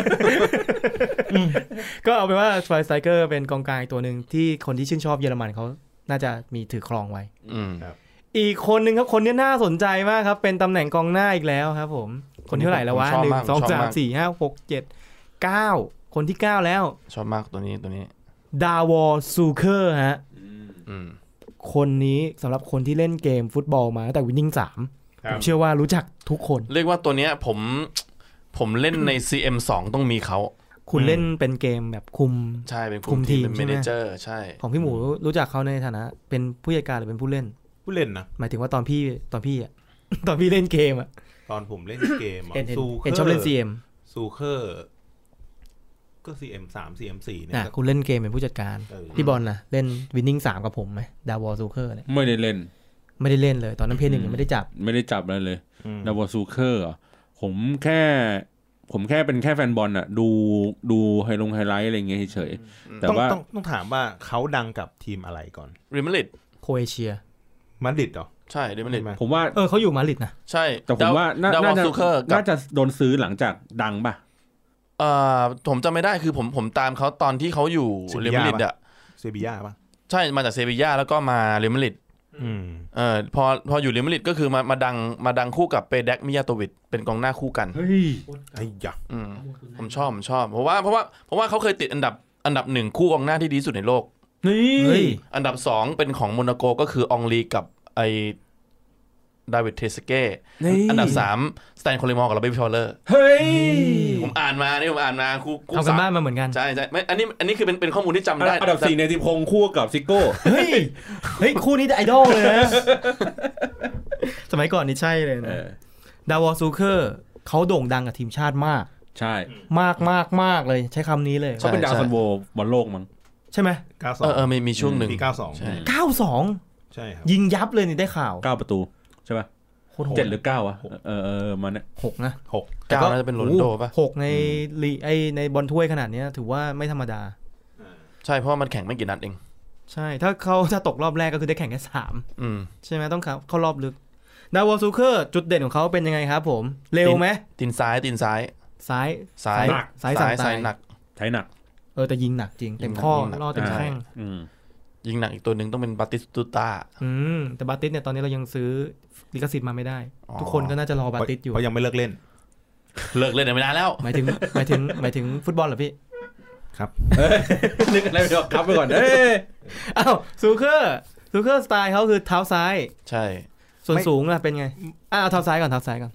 B: ก็เอาเป็นว่าชวายสไตเกอร์เป็นกองกลางตัวหนึ่งที่คนที่ชื่นชอบเยอรมันเขาน่าจะมีถือครองไว้อีกคนนึงครับคนนี้น่าสนใจมากครับเป็นตำแหน่งกองหน้าอีกแล้วครับผมคนที่เท่าไหร่แล้ววะหนึ่งสองสามสี่ห้าหกเจ็ดเก้าคนที่เก้าแล้ว
D: ชอบมากตัวนี้ตัวนี้
B: ดาวอร์ซูเคอร์ฮะคนนี้สำหรับคนที่เล่นเกมฟุตบอลมาตั้งแต่วินนิ่งสามผมเชื่อว่ารู้จักทุกคน
D: เรียกว่าตัวเนี้ยผมผมเล่นใน ซี เอ็ม สอง ต้องมีเขา
B: คุณเล่นเป็นเกมแบบคุม
D: ใช่เป็นคุมทีมเป็นเมเนเจอร์ใช่
B: ของพี่หมูรู้จักเขาในฐานะเป็นผู้จัดการหรือเป็นผู้เล่น
C: ผู้เล่นนะ
B: หมายถึงว่าตอนพี่ตอนพี่อ่ะตอนพี่เล่นเกมอ่ะ
C: ตอนผมเล่นเกม
B: ซูเอ็นชอบเล่น ซี เอ็ม
C: ซูเคอร์ก็ ซี เอ็ม สาม ซี เอ็ม สี่เนี่ย
B: คุณเล่นเกมเป็นผู้จัดการพี่บอลนะเล่นวินนิ่งสามกับผมไหมดาวอร์ซูเคอร์เนี่ย
A: ไม่ได้เล่น
B: ไม่ได้เล่นเลยตอนนั้นเพจหนึ่งยังไม่ได้จับ
A: ไม่ได้จับเลยเลยดาวอร์ซูเคอร์ผมแค่ผมแค่เป็นแค่แฟนบอลอะดูดูไฮลงไฮไลท์อะไรเงี้ยเฉยๆแต่ว่า
C: ต้องต้องถามว่าเขาดังกับทีมอะไรก่อน
D: เรอัลมาดริด
B: โคเอเชีย
C: มาดริดเหรอ
D: ใช่เรอัลมาดริด
A: ผมว่า
B: เออเขาอยู่มาดริดนะ
D: ใช่
A: แต่ผมว่าน่าจะน่าจะโดนซื้อหลังจากดังป่ะ
D: เอ่อผมจำไม่ได้คือผมผมตามเขาตอนที่เขาอยู่เรอัลมาดริดอะ
C: เซบีย่าป่ะ
D: ใช่มาจากเซบีย่าแล้วก็มาเรอัลมาดริดเออพอพออยู่เรอัลมาดริดก็คือมามาดังมาดังคู่กับเปเด็กมิยาโตวิชเป็นกองหน้าคู่กัน
A: เฮ้ย
C: ไอ้ยักษ์
D: ผมชอบผมชอบเพราะว่าเพราะว่าเพราะว่าเขาเคยติดอันดับอันดับหนึ่งคู่กองหน้าที่ดีสุดในโลก
A: นี่
D: อันดับสองเป็นของโมนาโกก็คือองลีกับไอดาวิดเทสเก้อันดับสามสแตนโคลิมอร์กับลาเบบี้ชอลเลอร์
A: เฮ้ย
D: ผมอ่านมานี่ผมอ่านมาคู่
B: คู่ทำกันบ้านมาเหมือนกัน
D: ใช่ใช่ไม่อันนี้อันนี้คือเป็นเป็นข้อมูลที่จำได้
A: อันดับสี่ในทิพงคู่กับซิโก้
B: เฮ้ยเฮ้ยคู่นี้ไอดอลเลยนะสมัยก่อนนี่ใช่เลยนะดาวอร์ซูเคอร์เขาโด่งดังกับทีมชาติมาก
A: ใช่
B: มากมากมากเลยใช้คำนี้เลย
A: เขาเป็นดาวซันโวบอลโลกมั้ง
B: ใช่ไหม
C: เก้าสอง
D: เออมีมีช่วงหนึ่ง
C: ปีเก้าสอง
B: เก้าสอง
C: ใช่ครับ
B: ยิงยับเลยนี่ได้ข่าว
A: เก้าประตูใช่ป่ะเจ็ดหรือเก้าวะเออเออมันเนี่ย
B: หกนะ
C: หก
D: เก้าน่าจะเป็นโรนัลโดป่ะ
B: หกในลีไอในบอลถ้วยขนาดนี้ถือว่าไม่ธรรมดา
D: ใช่เพราะมันแข่งไม่กี่นัดเอง
B: ใช่ถ้าเขาถ้าตกรอบแรกก็คือได้แข่งแค่สามใช่ไหมต้องเข้าเข้ารอบลึกดาวอร์ซูเคอร์จุดเด่นของเขาเป็นยังไงครับผมเร็วไหม
D: ตีนซ้ายตีนซ้าย
B: ซ้าย
D: ซ้าย
B: ซ้าย
D: ซ้ายหนัก
A: ซ้ายหนัก
B: เออแต่ยิงหนักจริงเต็มข้อล่อเต็มแข้ง
D: ยิงหนักอีกตัวหนึ่งต้องเป็นบาติสตูต้า
B: อืมแต่บาติสเนี่ยตอนนี้เรายังซื้อลิขสิทธิ์มาไม่ได้ทุกคนก็น่าจะรอบาติสอยู่
C: เพราะยังไม่เลิกเล่น
D: เลิกเล่นไม่นานแล้ว
B: หมายถึงหมายถึงหมายถึงฟุตบอลเหรอพี่
C: ครับ
A: นึกอะไรไปก่อนครับไปก่อนเอ้ย
B: อ้าวซูเคอร์ซูเคอร์สไตล์เขาคือเท้าซ้าย
D: ใช่
B: ส่วนสูงล่ะเป็นไงอ่ะเอาเท้าซ้ายก่อนเท้าซ้ายก่อน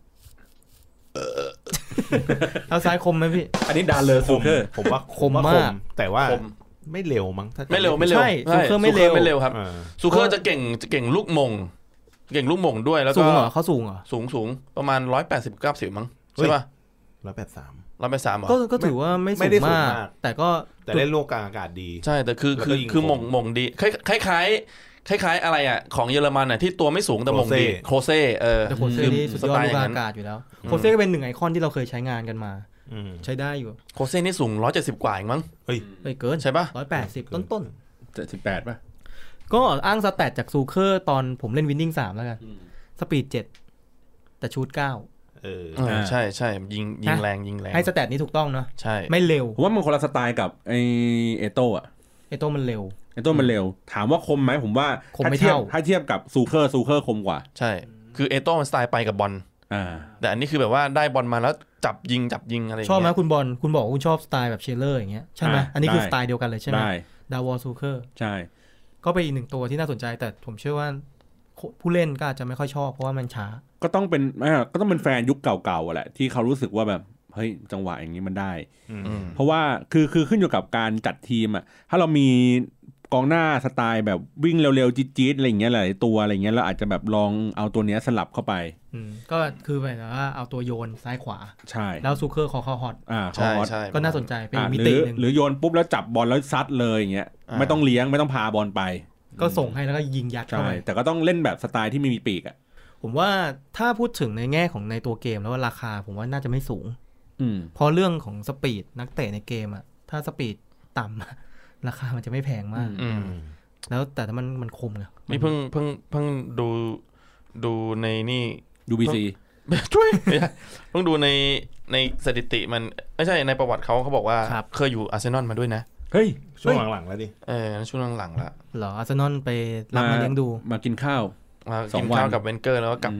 B: เท้าซ้ายคมไหมพี่
A: อันนี้ดาเลอร์ซูเคอร์
C: ผมว่า
B: คมมาก
C: แต่ว่าไม่เร็วมั้ง
D: ไม่เร็วไม่เร็ว
B: ใช่ซูเคอร์ไม่เร็ว
D: ไม่เร็วครับซูเคอร์จะเก่งจะเก่งลูกมงเก่งลูกมงด้วยแล้วก็
B: สูงเหรอเขาสูงเหรอ
D: สูงสูงประมาณร้อยแปดสิบเก้าสิบมั้งใช่ป่ะ
C: ร้อยแปดสาม
D: ร้อยแปดสามเหรอ
B: ก็ถือว่าไม่สูงมากแต่ก็
C: แต่เล่นโลกกลางอากาศดี
D: ใช่แต่คือคือคือมงมงดีคล้ายคล้ายคล้ายๆอะไรอ่ะของเยอรมันอ่ะที่ตัวไม่สูงแต่มงดีโคเซ่เออ
B: โคเซ่นี่สุดยอดลูกอากาศอยู่แล้วโคเซ่ก็เป็นหนึ่งไอคอนที่เราเคยใช้งานกันมาใช้ได้อยู่
D: โคเซ่นี่สูงหนึ่งร้อยเจ็ดสิบกว่าเองมั้ง
B: เฮ้ยเฮ้ยเกิน
D: ใช่ป่ะ
B: หนึ่งร้อยแปดสิบต้น
A: ๆเจ็ดสิบแปดป่ะ
B: ก็อ้างสแตทจากซูเคอร์ตอนผมเล่นวินนิ่งสามแล้วกันสปีดเจ็ดแต่ชูตเก้า
C: เออ
D: เออใช่ใช่ยิงยิงแรงยิงแรง
B: ให้สแตทนี้ถูกต้องเนาะ
D: ใช่
B: ไม่เร็ว
A: ผมว่ามันคนละสไตล์กับไอเอโต้อะ
B: เอโต้มันเร็ว
A: เอโต้มันเร็วถามว่าคมไหมผมว่าถ้าเทียบถ้าเทียบกับซูเคอร์ซูเคอร์คมกว่า
D: ใช่คือเอโต้มันสไตล์ไปกับบอล
A: อ่า
D: แต่อันนี้คือแบบว่าได้บอลมาแล้วจับยิงจับยิงอะไรอย่าง
B: เงี้ยชอบไหมคุณบอลคุณบอกคุณชอบสไตล์แบบเชลเลอร์อย่างเงี้ยใช่ไหมอันนี้คือสไตล์เดียวกันเลยใช่ไหมดาวอลซูเคอร์
A: ใช่
B: ก็เป็นอีกหนึ่งตัวที่น่าสนใจแต่ผมเชื่อว่าผู้เล่นก็อาจจะไม่ค่อยชอบเพราะว่ามันช้า
A: ก็ต้องเป็นก็ต้องเป็นแฟนยุคเก่าๆแหละที่เขารู้สึกว่าแบบเฮ้ยจังหวะอย่างนี้มันได้เพราะว่าคือคือขึ้นอยู่กับการจัดทีมอ่ะถ้าเรามีกองหน้าสไตล์แบบวิ่งเร็วๆจี๊ดๆอะไรอย่างเงี้ยหลายตัวอะไรเงี้ยเราอาจจะแบบลองเอาตัวเนี้ยสลับเข้าไป
B: ก็คือแบบว่าเอาตัวโยนซ้ายขวา
A: ใช่
B: แล้วซูเคอร์คอคอฮอต
A: อ่า
D: ใช่ใช่
B: ก็น่าสนใจเป็นมิตินึง
A: หรือโยนปุ๊บแล้วจับบอลแล้วซัดเลยอย่างเงี้ยไม่ต้องเลี้ยงไม่ต้องพาบอลไป
B: ก็ส่งให้แล้วก็ยิงยัดเข้าไป
A: แต่ก็ต้องเล่นแบบสไตล์ที่ไม่มีปีกอ่ะ
B: ผมว่าถ้าพูดถึงในแง่ของในตัวเกมแล้วว่าราคาผมว่าน่าจะไม่สูง
A: อืม
B: เพราะเรื่องของสปีดนักเตะในเกมอ่ะถ้าสปีดต่ำราคามันจะไม่แพงมากแล้วแต่ถ้ามันมันคมไง
D: นี่เพิ่งเพิ่งเพิ่งดูดูในนี่
A: ดูบีซี
D: ช่วยเพิ่งดูในในสถิติมันไม่ใช่ในประวัติเขาเขาบอกว่าเคยอยู่อาร์เซนอลมาด้วยนะ
A: เฮ้ย
C: ช่วงหลังๆแล้วดิ
D: เออช่วงหลังๆแล้ว
B: เหรออาร์เซนอลไปรับมาเลี้ยงดู
A: มากินข้าว
D: มากินข้าวกับเวนเกอร์แล้วก็กลับ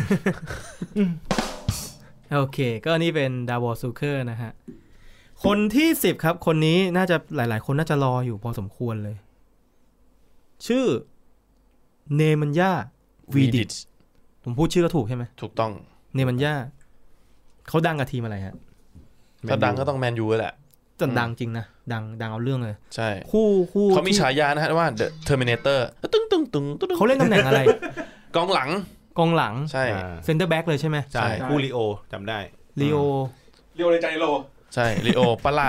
B: โอเคก็นี่เป็นดาวอลซูเคอร์นะฮะคนที่สิบครับคนนี้น่าจะหลายๆคนน่าจะรออยู่พอสมควรเลยชื่อเนมันย่าวีดิชผมพูดชื่อก็ถูกใช่ไหม
D: ถูกต้อง
B: เนมันย่าเขาดังกับทีมอะไรฮะ
D: ถ้าดังก็ต้องแมนยูแหละ
B: จนดังจริงนะดังดังเอาเรื่องเลย
D: ใช่
B: คู่คู่
D: เขามีฉายานะฮะว่า The Terminator ตึ้งตึ้งตึ้งตึ้ง
B: เขาเล่นตำแหน่งอะไร
D: กองหลัง
B: กองหลัง
D: ใช่
B: เซนเตอร์แบ็กเลยใช่ไหม
C: ใช่คู่ลีโอจำได้
B: ลีโอ
A: ลีโอในใจโล
D: ใช่ลีโอปะล่า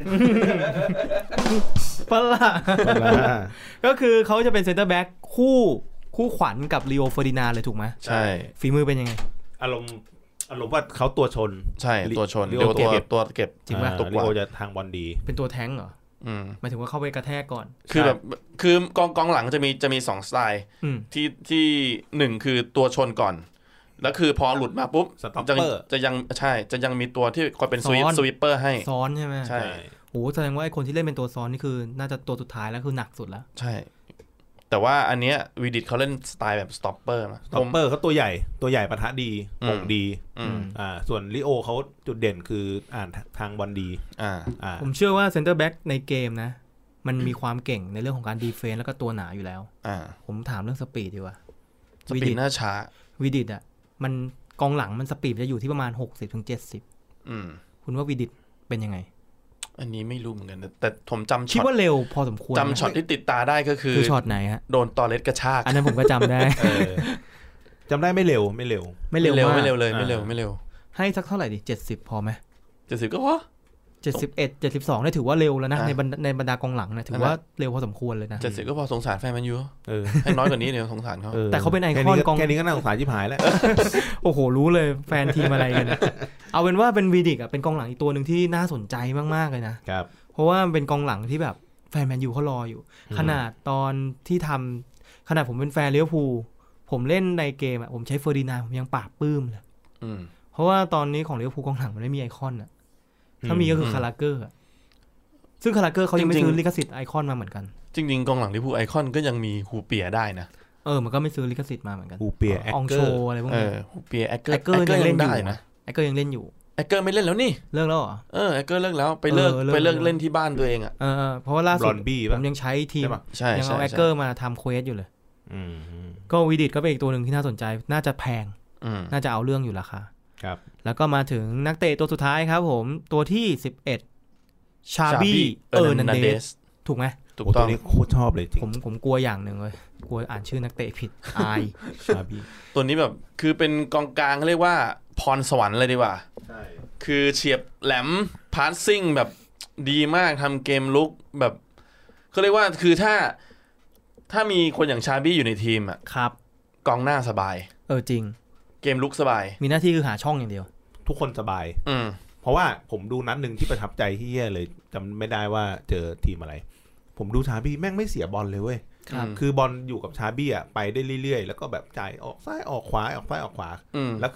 B: ปะล่าก็คือเขาจะเป็นเซนเตอร์แบ็กคู่คู่ขวัญกับลีโอเฟอร์ดินานด์เลยถูกไหม
D: ใช่
B: ฝีมือเป็นยังไง
C: อารมณ์อารมณ์ว่าเขาตัวชน
D: ใช่ตัวชนลีโอตัวตัวเก็บ
B: จริงป่ะ
C: ลีโอจะทางบอลดี
B: เป็นตัวแท้งเหรอหมายถึงว่าเข้าไปกระแทกก่อน
D: คือแบบคือกองกองหลังจะมีจะมีสองสไตล์ที่ที่หนึ่งคือตัวชนก่อนแล้วคือพอหลุดมาปุ๊บจะจะยังใช่จะยังมีตัวที่คอยเป็นสวิปสวิปเปอร์ให้
B: ซ้อนใช่ไหม
D: ใช่
B: โอ้แสดงว่าไอ้คนที่เล่นเป็นตัวซ้อนนี่คือน่าจะตัวสุดท้ายแล้วคือหนักสุดแล้ว
D: ใช่แต่ว่าอันเนี้ยวีดิตเขาเล่นสไตล์แบบสต็อปเปอร์
C: สต็อปเปอร์เขาตัวใหญ่ตัวใหญ่ปะทะดีโป่งดีอ่าส่วนลิโอเขาจุดเด่นคืออ่านทางบอลดี
D: อ่า
B: อ่าผมเชื่อว่าเซนเตอร์แบ็กในเกมนะมันมีความเก่งในเรื่องของการดีเฟนส์แล้วก็ตัวหนาอยู่แล้ว
D: อ่า
B: ผมถามเรื่องสปีดดีกว่า
D: สปีดน่าช้า
B: วีดิตอ่ะมันกองหลังมันสปีดจะอยู่ที่ประมาณ หกสิบถึงเจ็ดสิบ อืมคุณว่าวีดิตเป็นยังไง
D: อันนี้ไม่รู้เหมือนกันแต่ผมจำ
B: คิดว่าเร็วพอสมควร
D: จำช็อตที่ติดตาได้ก็คือ
B: คือช็อตไหนฮะ
D: โดนตอเลสกระชาก
B: อันนั้นผมก็จำได้
C: จำได้ไม่เร็วไม่เร็ว
B: ไม่เร็ว
D: ไม่เร็วเลยไม่เร็วไม่เร็ว
B: ให้สักเท่าไหร่ดิเจ็ดสิบพอไหม
D: เจ็ดสิบก็พอ
B: เจ็ดสิบเอ็ด เจ็ดสิบสองได้ถือว่าเร็วแล้วนะในในบรรดากองหลังเนี่ยถือว่าเร็วพอสมควรเลยนะ
D: เจ็ดสิบก็พอสงสารแฟนแมนยูเออให้น้อยกว่านี้เดี๋ยวสงสารเขา
B: แต่เขาเป็นไอคอนกอง
C: แค่นี้ก็น่าสงสารชิบหายแล้ว
B: โอ้โหรู้เลยแฟนทีมอะไรกันเอาเป็นว่าเป็นวีดิกอ่ะเป็นกองหลังอีกตัวนึงที่น่าสนใจมากๆเลยนะครับเพราะว่าเป็นกองหลังที่แบบแฟนแมนยูเขารออยู่ขนาดตอนที่ทำขนาดผมเป็นแฟนลิเวอร์พูลผมเล่นในเกมอ่ะผมใช้เฟอร์ดินานด์ผมยังปราบปลื้มเลยเพราะว่าตอนนี้ของลิเวอร์พูลกองหลังมันไม่มีไอคอนอ่ะถ้ามีก็คือคาราเกอร์ซึ่งคาราเกอร์เขายังไม่ซื้อลิขสิทธิ์ไอคอนมาเหมือนกัน
D: จริงๆกองหลังลิเวอร์พูลไอคอนก็ยังมีฮูเปียได้นะ
B: เออมันก็ไม่ซื้อลิขสิทธิ์มาเหมือนกัน
C: ฮูเปียแอคเกอร์
B: อะไรพวกนี้
D: เออฮูเปียแอคเกอร์
B: แอคเกอร์ยังเล่นได้นะแอคเกอร์ยังเล่นอยู่
D: แอคเกอร์ไม่เล่นแล้วนี่
B: เลิกแล้วเหรอ
D: เออแอคเกอร์เลิกแล้วไปเลิกไปเลิกเล่นที่บ้านตัวเองอ่ะ
B: เออเพราะว่าล่าสุดผมยังใช้ทีมยังเอาแอคเกอร์มาทำเควสอยู่เลยก็วีดิตก็เป็นอีกตัวหนึ่งที่น่าสนใจน่าจะแพงน่าจะเอาเรื่องอยู่ราคา
C: ครับ
B: แล้วก็มาถึงนักเตะตัวสุดท้ายครับผมตัวที่สิบเอ็ดชาบี้เออร์นันเดสถูกไหม
C: ถูกต้องตัวนี้โคตรชอบเลยจริง
B: ผมผมกลัวอย่างหนึ่งเลยกลัวอ่านชื่อนักเตะผิดอาย
C: ชาบี้
D: ตัวนี้แบบคือเป็นกองกลางเรียกว่าพรสวรรค์เลยดีกว่าใช่คือเฉียบแหลมพาสซิ่งแบบดีมากทำเกมลุกแบบเขาเรียกว่าคือถ้าถ้ามีคนอย่างชาบี้อยู่ในทีมอ่ะ
B: ครับ
D: กองหน้าสบาย
B: เออจริง
D: เกมลุกสบาย
B: มีหน้าที่คือหาช่องอย่างเดียว
C: ทุกคนสบาย
D: อืม
C: เพราะว่าผมดูนัดหนึ่งที่ประทับใจที่แย่เลยจำไม่ได้ว่าเจอทีมอะไรผมดูชาบี้แม่งไม่เสียบอลเลยเว้ยคือบอลอยู่กับชาบี้อ่ะไปได้เรื่อยๆแล้วก็แบบจ่ายออกซ้ายออกขวาออกซ้ายออกขวาแล้วคือแบบ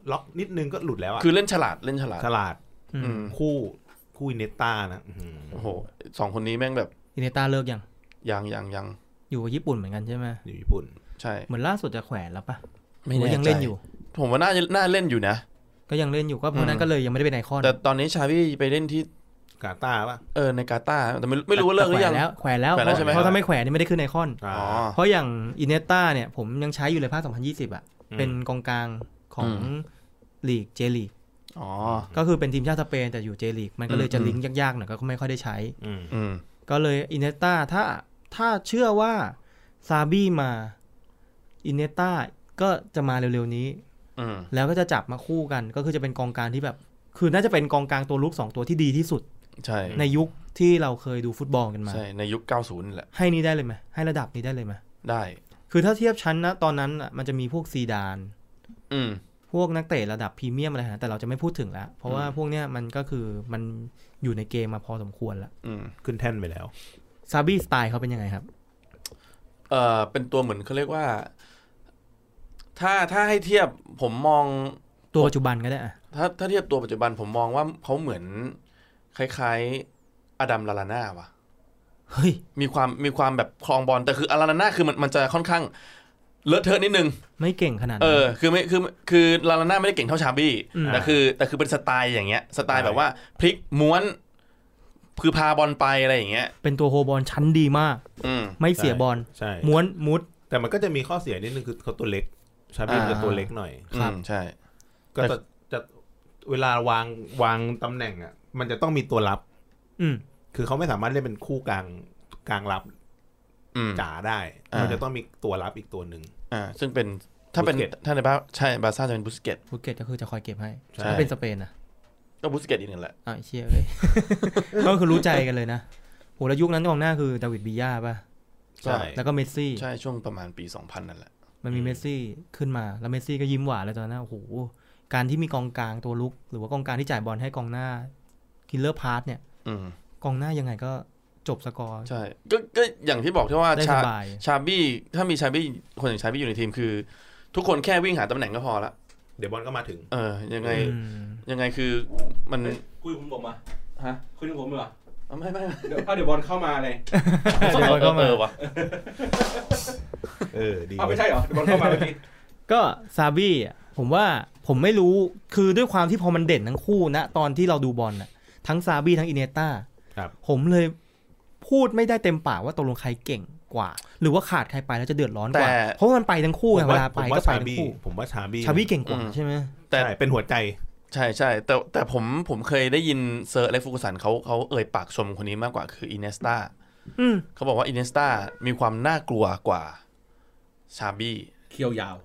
C: ล็อกนิดนึงก็หลุดแล้วอ่ะ
D: คือเล่นฉลาดเล่นฉลาด
C: ฉลาดคู่คู่อินเนต้านะ
D: โอ้โหสองคนนี้แม่งแบบ
B: อินเนต้าเลิกยัง
D: ยังยังยัง
B: อยู่ญี่ปุ่นเหมือนกันใช่ไหม
C: อยู่ญี่ปุ่น
D: ใช่
B: เหมือนล่าสุดจะแขวนแล้วปะ
D: ไม่แน่ใจ
B: ยังเล่นอยู่
D: ผมว่าน่าน่าเล่นอยู่นะ
B: ก็ยังเล่นอยู่ก็เพราะนั้นก็เลยยังไม่ได้เป็นไอคอน
D: แต่ตอนนี้ชาวี่ไปเล่นที่
C: กาตาร์ป่ะ
D: เออในกาตาร์แต่ไม่ไม่รู้ว่าเลิกหรือยัง
B: แล้วแขวนแล้วเพราะถ้าไม่แขวนนี่ไม่ได้ขึ้นไอคอนเพราะอย่างอินเนต้าเนี่ยผมยังใช้อยู่เลยภาคสองพันยี่สิบอ่ะเป็นกองกลางของลีกเจลีก
D: อ๋อ
B: ก็คือเป็นทีมชาติสเปนแต่อยู่เจลีกมันก็เลยจะลิงก์ยากๆหน่อยก็ไม่ค่อยได้ใช้ก็เลยอินเนต้าถ้าถ้าเชื่อว่าซาบี้มาอินเนต้าก็จะมาเร็วๆนี้แล้วก็จะจับมาคู่กันก็คือจะเป็นกองกลางที่แบบคือน่าจะเป็นกองกลางตัวลุกสองตัวที่ดีที่สุด
D: ใช่
B: ในยุคที่เราเคยดูฟุตบอลกันมา
D: ใช่ในยุคเก้าสิบแหละ
B: ให้นี้ได้เลยไหมให้ระดับนี้ได้เลยไหม
D: ได้
B: คือถ้าเทียบชั้นนะตอนนั้นอ่ะมันจะมีพวกซีดาน
D: อืม
B: พวกนักเตะระดับพรีเมียมอะไรฮะแต่เราจะไม่พูดถึงแล้วเพราะว่าพวกเนี้ยมันก็คือมันอยู่ในเกมมาพอสมควรแล้ว
C: ขึ้นแท่นไปแล้ว
B: ซาบี้สไตล์เขาเป็นยังไงครับ
D: เออเป็นตัวเหมือนเขาเรียกว่าถ้าถ้าให้เทียบผมมอง
B: ตัวปัจจุบันก็ได้อะ
D: ถ้าถ้าเทียบตัวปัจจุบันผมมองว่าเขาเหมือนคล้ายๆอดัมลาลาน่าว่ะ
B: เฮ้ย
D: มีความมีความแบบคลองบอลแต่คืออลาลาน่าคือมันมันจะค่อนข้างเลอะเทอะนิดนึง
B: ไม่เก่งขนาด
D: เออคือไม่คือคือลาลาน่าไม่ได้เก่งเท่าชาบี้แต่คือแต่คือเป็นสไตล์อย่างเงี้ยสไตล์แบบว่าพลิกม้วนคือพาบอลไปอะไรอย่างเงี้ย
B: เป็นตัวโฮบอลชั้นดีมากไม่เสียบอลม้วนมุด
C: แต่มันก็จะมีข้อเสียนิดนึงคือเขาตัวเล็กชาบี้จะตัวเล็กหน่อย
D: ครับใช่
C: ก็จะจะเวลาวางวางตำแหน่งอ่ะมันจะต้องมีตัวรับ
B: อืม
C: คือเขาไม่สามารถเล่นเป็นคู่กลางกลางรับจ๋าได้มันจะต้องมีตัวรับอีกตัวหนึ่ง
D: อ่าซึ่งเป็นถ้าเป็นถ้าในบ้าใช่บาซ่าจะเป็นบุสเกต
B: บุสเกตก็คือจะคอยเก็บให้ถ้าเป็นสเปนนะ
D: ก็บุสเกตอีกนึงแหละ
B: อ่าเชี่ยเลย ก็คือรู้ใจกันเลยนะโหแล้วยุคนั้นกองหน้าคือดาวิดบีย่าป่ะ
D: ใช่
B: แล้วก็เมสซี่
D: ใช่ช่วงประมาณปีสองพันนั่นแหละ
B: มันมีเมสซี่ขึ้นมาแล้วเมสซี่ก็ยิ้มหวานเลยตอนนั้นโอ้โหการที่มีกองกลางตัวลุกหรือว่ากองกลางที่จ่ายบอลให้กองหน้าคิลเลอร์พาสเนี่ยกองหน้ายังไงก็จบสกอร์
D: ใช่ก็ก็อย่างที่บอกที่ว่าชาชาบี้ถ้ามีชาบี้คนอย่างชาบี้อยู่ในทีมคือทุกคนแค่วิ่งหาตำแหน่งก็พอละ
C: เดี๋ยวบอลก็มาถึง
D: เออยังไงยังไงคือมัน
A: คุยผมบอกมาฮะคุยกับผมเหรอ
D: ไม่ไม่
A: เดี๋ยวเดี๋ยวบอลเข้ามาเลย
B: เดี๋ยวบอลเข้ามา
D: ว่ะ
C: เออดี
A: อ้าวไม่ใช่เหรอเดี๋ยวบอลเข้ามาเมื่อกี้
B: ก็ซาบี้อ่ะผมว่าผมไม่รู้คือด้วยความที่พอมันเด่นทั้งคู่นะตอนที่เราดูบอลน่ะทั้งซาบี้ทั้งอินเนต้าผมเลยพูดไม่ได้เต็มปากว่าตกลงใครเก่งกว่าหรือว่าขาดใครไปแล้วจะเดือดร้อนกว่าเพราะมันไปทั้งคู่เวลาไปก็ไปทั้งคู่
C: ผมว่าชาบี้
B: ชาบี้เก่งกว่าใช่ไหม
C: แต่เป็นหัวใจ
D: ใช่ใช่แต่แต่ผมผมเคยได้ยินเซอร์อเล็กซ์ เฟอร์กูสันเขาเขาเอ่ยปากชมคนนี้มากกว่าคืออินเนสตาเขาบอกว่าอินเนสตามีความน่ากลัวกว่าชาบี้
A: เขี้ยวยาว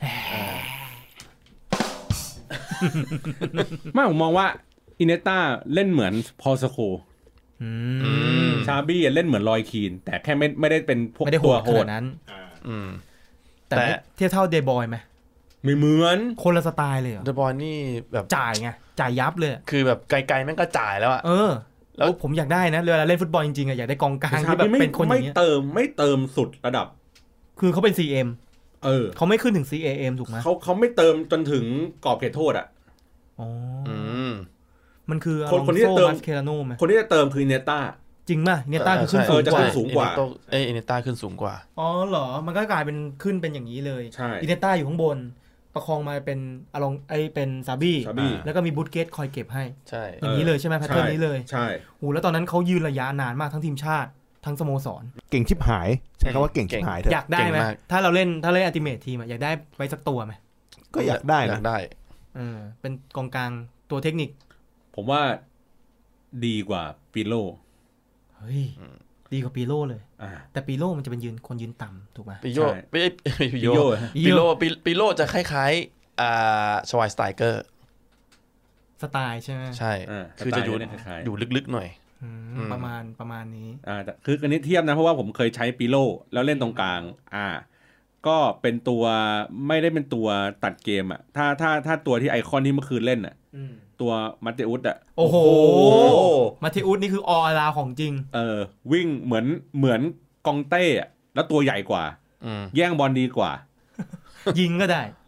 A: ไม่ผมมองว่าอินเนสตาเล่นเหมือนพอลสโคชาบี้เล่นเหมือนลอยคีนแต่แค่ไม่ไม่ได้เป็นพวกตัวโหด
B: นั้นแต่เทียบเท่าเดบอยไหม
A: ไม่เหมือน
B: คนละสไตล์เลยเหรอ
D: เดบอยนี่แบบ
B: จ่ายไงจ่ายยับเลย
D: คือแบบไกลๆแม่งก็จ่ายแล้วอะ
B: เออแล้วผมอยากได้นะเวลาเล่นฟุตบอลจริงๆอะอยากได้กองกลางที่แบบเป็นคนอย่างเงี้ย
A: ไม่เติมไม่เติมสุดระดับ
B: คือเขาเป็น ซี เอ็ม
A: เออ
B: เขาไม่ขึ้นถึง ซี เอ เอ็ม ถูกไหม
A: เขาเขาไม่เติมจนถึงกรอบเขตโทษอะ
B: อ๋อมันคือ
A: คนคนที่จะเติม
B: เคลาโน่ไหม
A: คนที่จะเติมคือเนต้า
B: จริงป่ะเนต้าคือขึ้นสูง
A: กว่าสูงกว่า
D: เอเนต้าขึ้นสูงกว่า
B: อ๋อเหรอมันก็กลายเป็นขึ้นเป็นอย่างนี้เลยอินเนต้าอยู่ข้างบนประคองมาเป็นอลองไอเป็นซาบี้แล้วก็มีบูทเกตคอยเก็บให้
D: ใช่
B: อย่างนี้เลยใช่ไหมแพทเทิร์นนี้เลย
A: ใช่
B: โอ้แล้วตอนนั้นเขายืนระยะนานมากทั้งทีมชาติทั้งสโมสร
C: เก่งชิบหายใช้คำว่าเก่งชิบหายเถอะ
B: อยากได้ไหมถ้าเราเล่นถ้าเล่นอัลติเมททีมอยากได้ไว้สักตัวไหม
C: ก็อยากได้นะ
D: ได้
B: เออเป็นกองกลางตัวเทคนิค
A: ผมว่าดีกว่าปิโล
B: เฮ้ยดีกว่าปิโลเลยแต่ปิโลมันจะเป็นยืนคนยืนต่ำถูกไหม
D: ปิโลไม่ปิโลปิโลปิโลจะคล้ายๆอ่าชวายสไตเกอร์
B: สไตล์ใช่ไหม
D: ใช่คือจะอยู่อยู่ลึกๆหน่อย
B: ประมาณประมาณนี้
A: อ่าคืออันนี้เทียบนะเพราะว่าผมเคยใช้ปิโลแล้วเล่นตรงกลางอ่าก็เป็นตัวไม่ได้เป็นตัวตัดเกมอ่ะถ้าถ้าถ้าตัวที่ไอคอนที่เมื่อคืนเล่นอ่ะตัวมาเตอุสอ่ะ
B: โอ้โหมาเตอุสนี่คือออลาของจริง
A: เออวิ่งเหมือนเหมือนกองเต้อ่ะแล้วตัวใหญ่กว่าแย่งบอลดีกว่า
B: ยิงก็ได้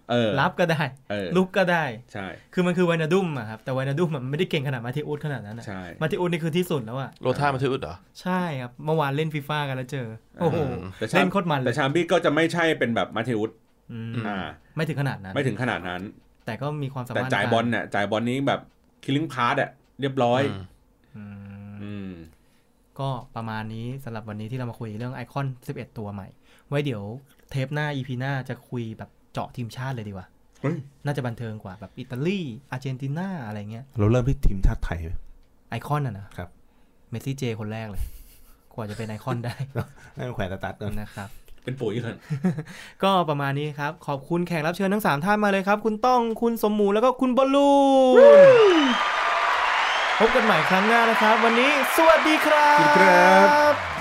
B: รับก็ได้ลุกก็ได้
A: ใช่
B: คือมันคือไวนาดุมอะครับแต่ไวนาดุมมันไม่ได้เก่งขนาดมาทิอุสขนาดนั้นอะมาทิอุสนี่คือที่สุดแล้วอะ
D: โรท่ามาทิอุสเหรอ
B: ใช่ครับเมื่อวานเล่นฟีฟ่ากันแล้วเจอโอ้โหเล่นโคตรมันเลย
A: แต่ชามบี้ก็จะไม่ใช่เป็นแบบมาทิอุส
B: อ่าไม่ถึงขนาดนั้น
A: ไม่ถึงขนาดนั้น
B: แต่ก็มีความสามารถ
A: แต่จ่ายบอลเนี่ยจ่ายบอลนี้แบบคิลลิ่งพาสอะเรียบร้อย
B: ก็ประมาณนี้สำหรับวันนี้ที่เรามาคุยเรื่องไอคอนสิบเอ็ดตัวใหม่ไว้เดี๋ยวเทปหน้า อี พี หน้าจะคุยแบบเจาะทีมชาติเลยดีกว่าน่าจะบันเทิงกว่าแบบอิตาลีอาร์เจนตินาอะไรเงี้ย
C: เราเริ่มที่ทีมชาติไทย
B: ไอคอนอ่ะนะครับเมสซี่เจคนแรกเลยกว่าจะเป็นไอคอนได้
C: ให้แขวนตัดกัน
B: นะครับ
A: เป็นปุ๋ยเลย
B: ก็ประมาณนี้ครับขอบคุณแขกรับเชิญทั้งสามท่านมาเลยครับคุณต้องคุณสมหมูแล้วก็คุณบอลลูนพบกันใหม่ครั้งหน้านะครับวันนี้สวัสดีครับ
C: สวัสดีครับ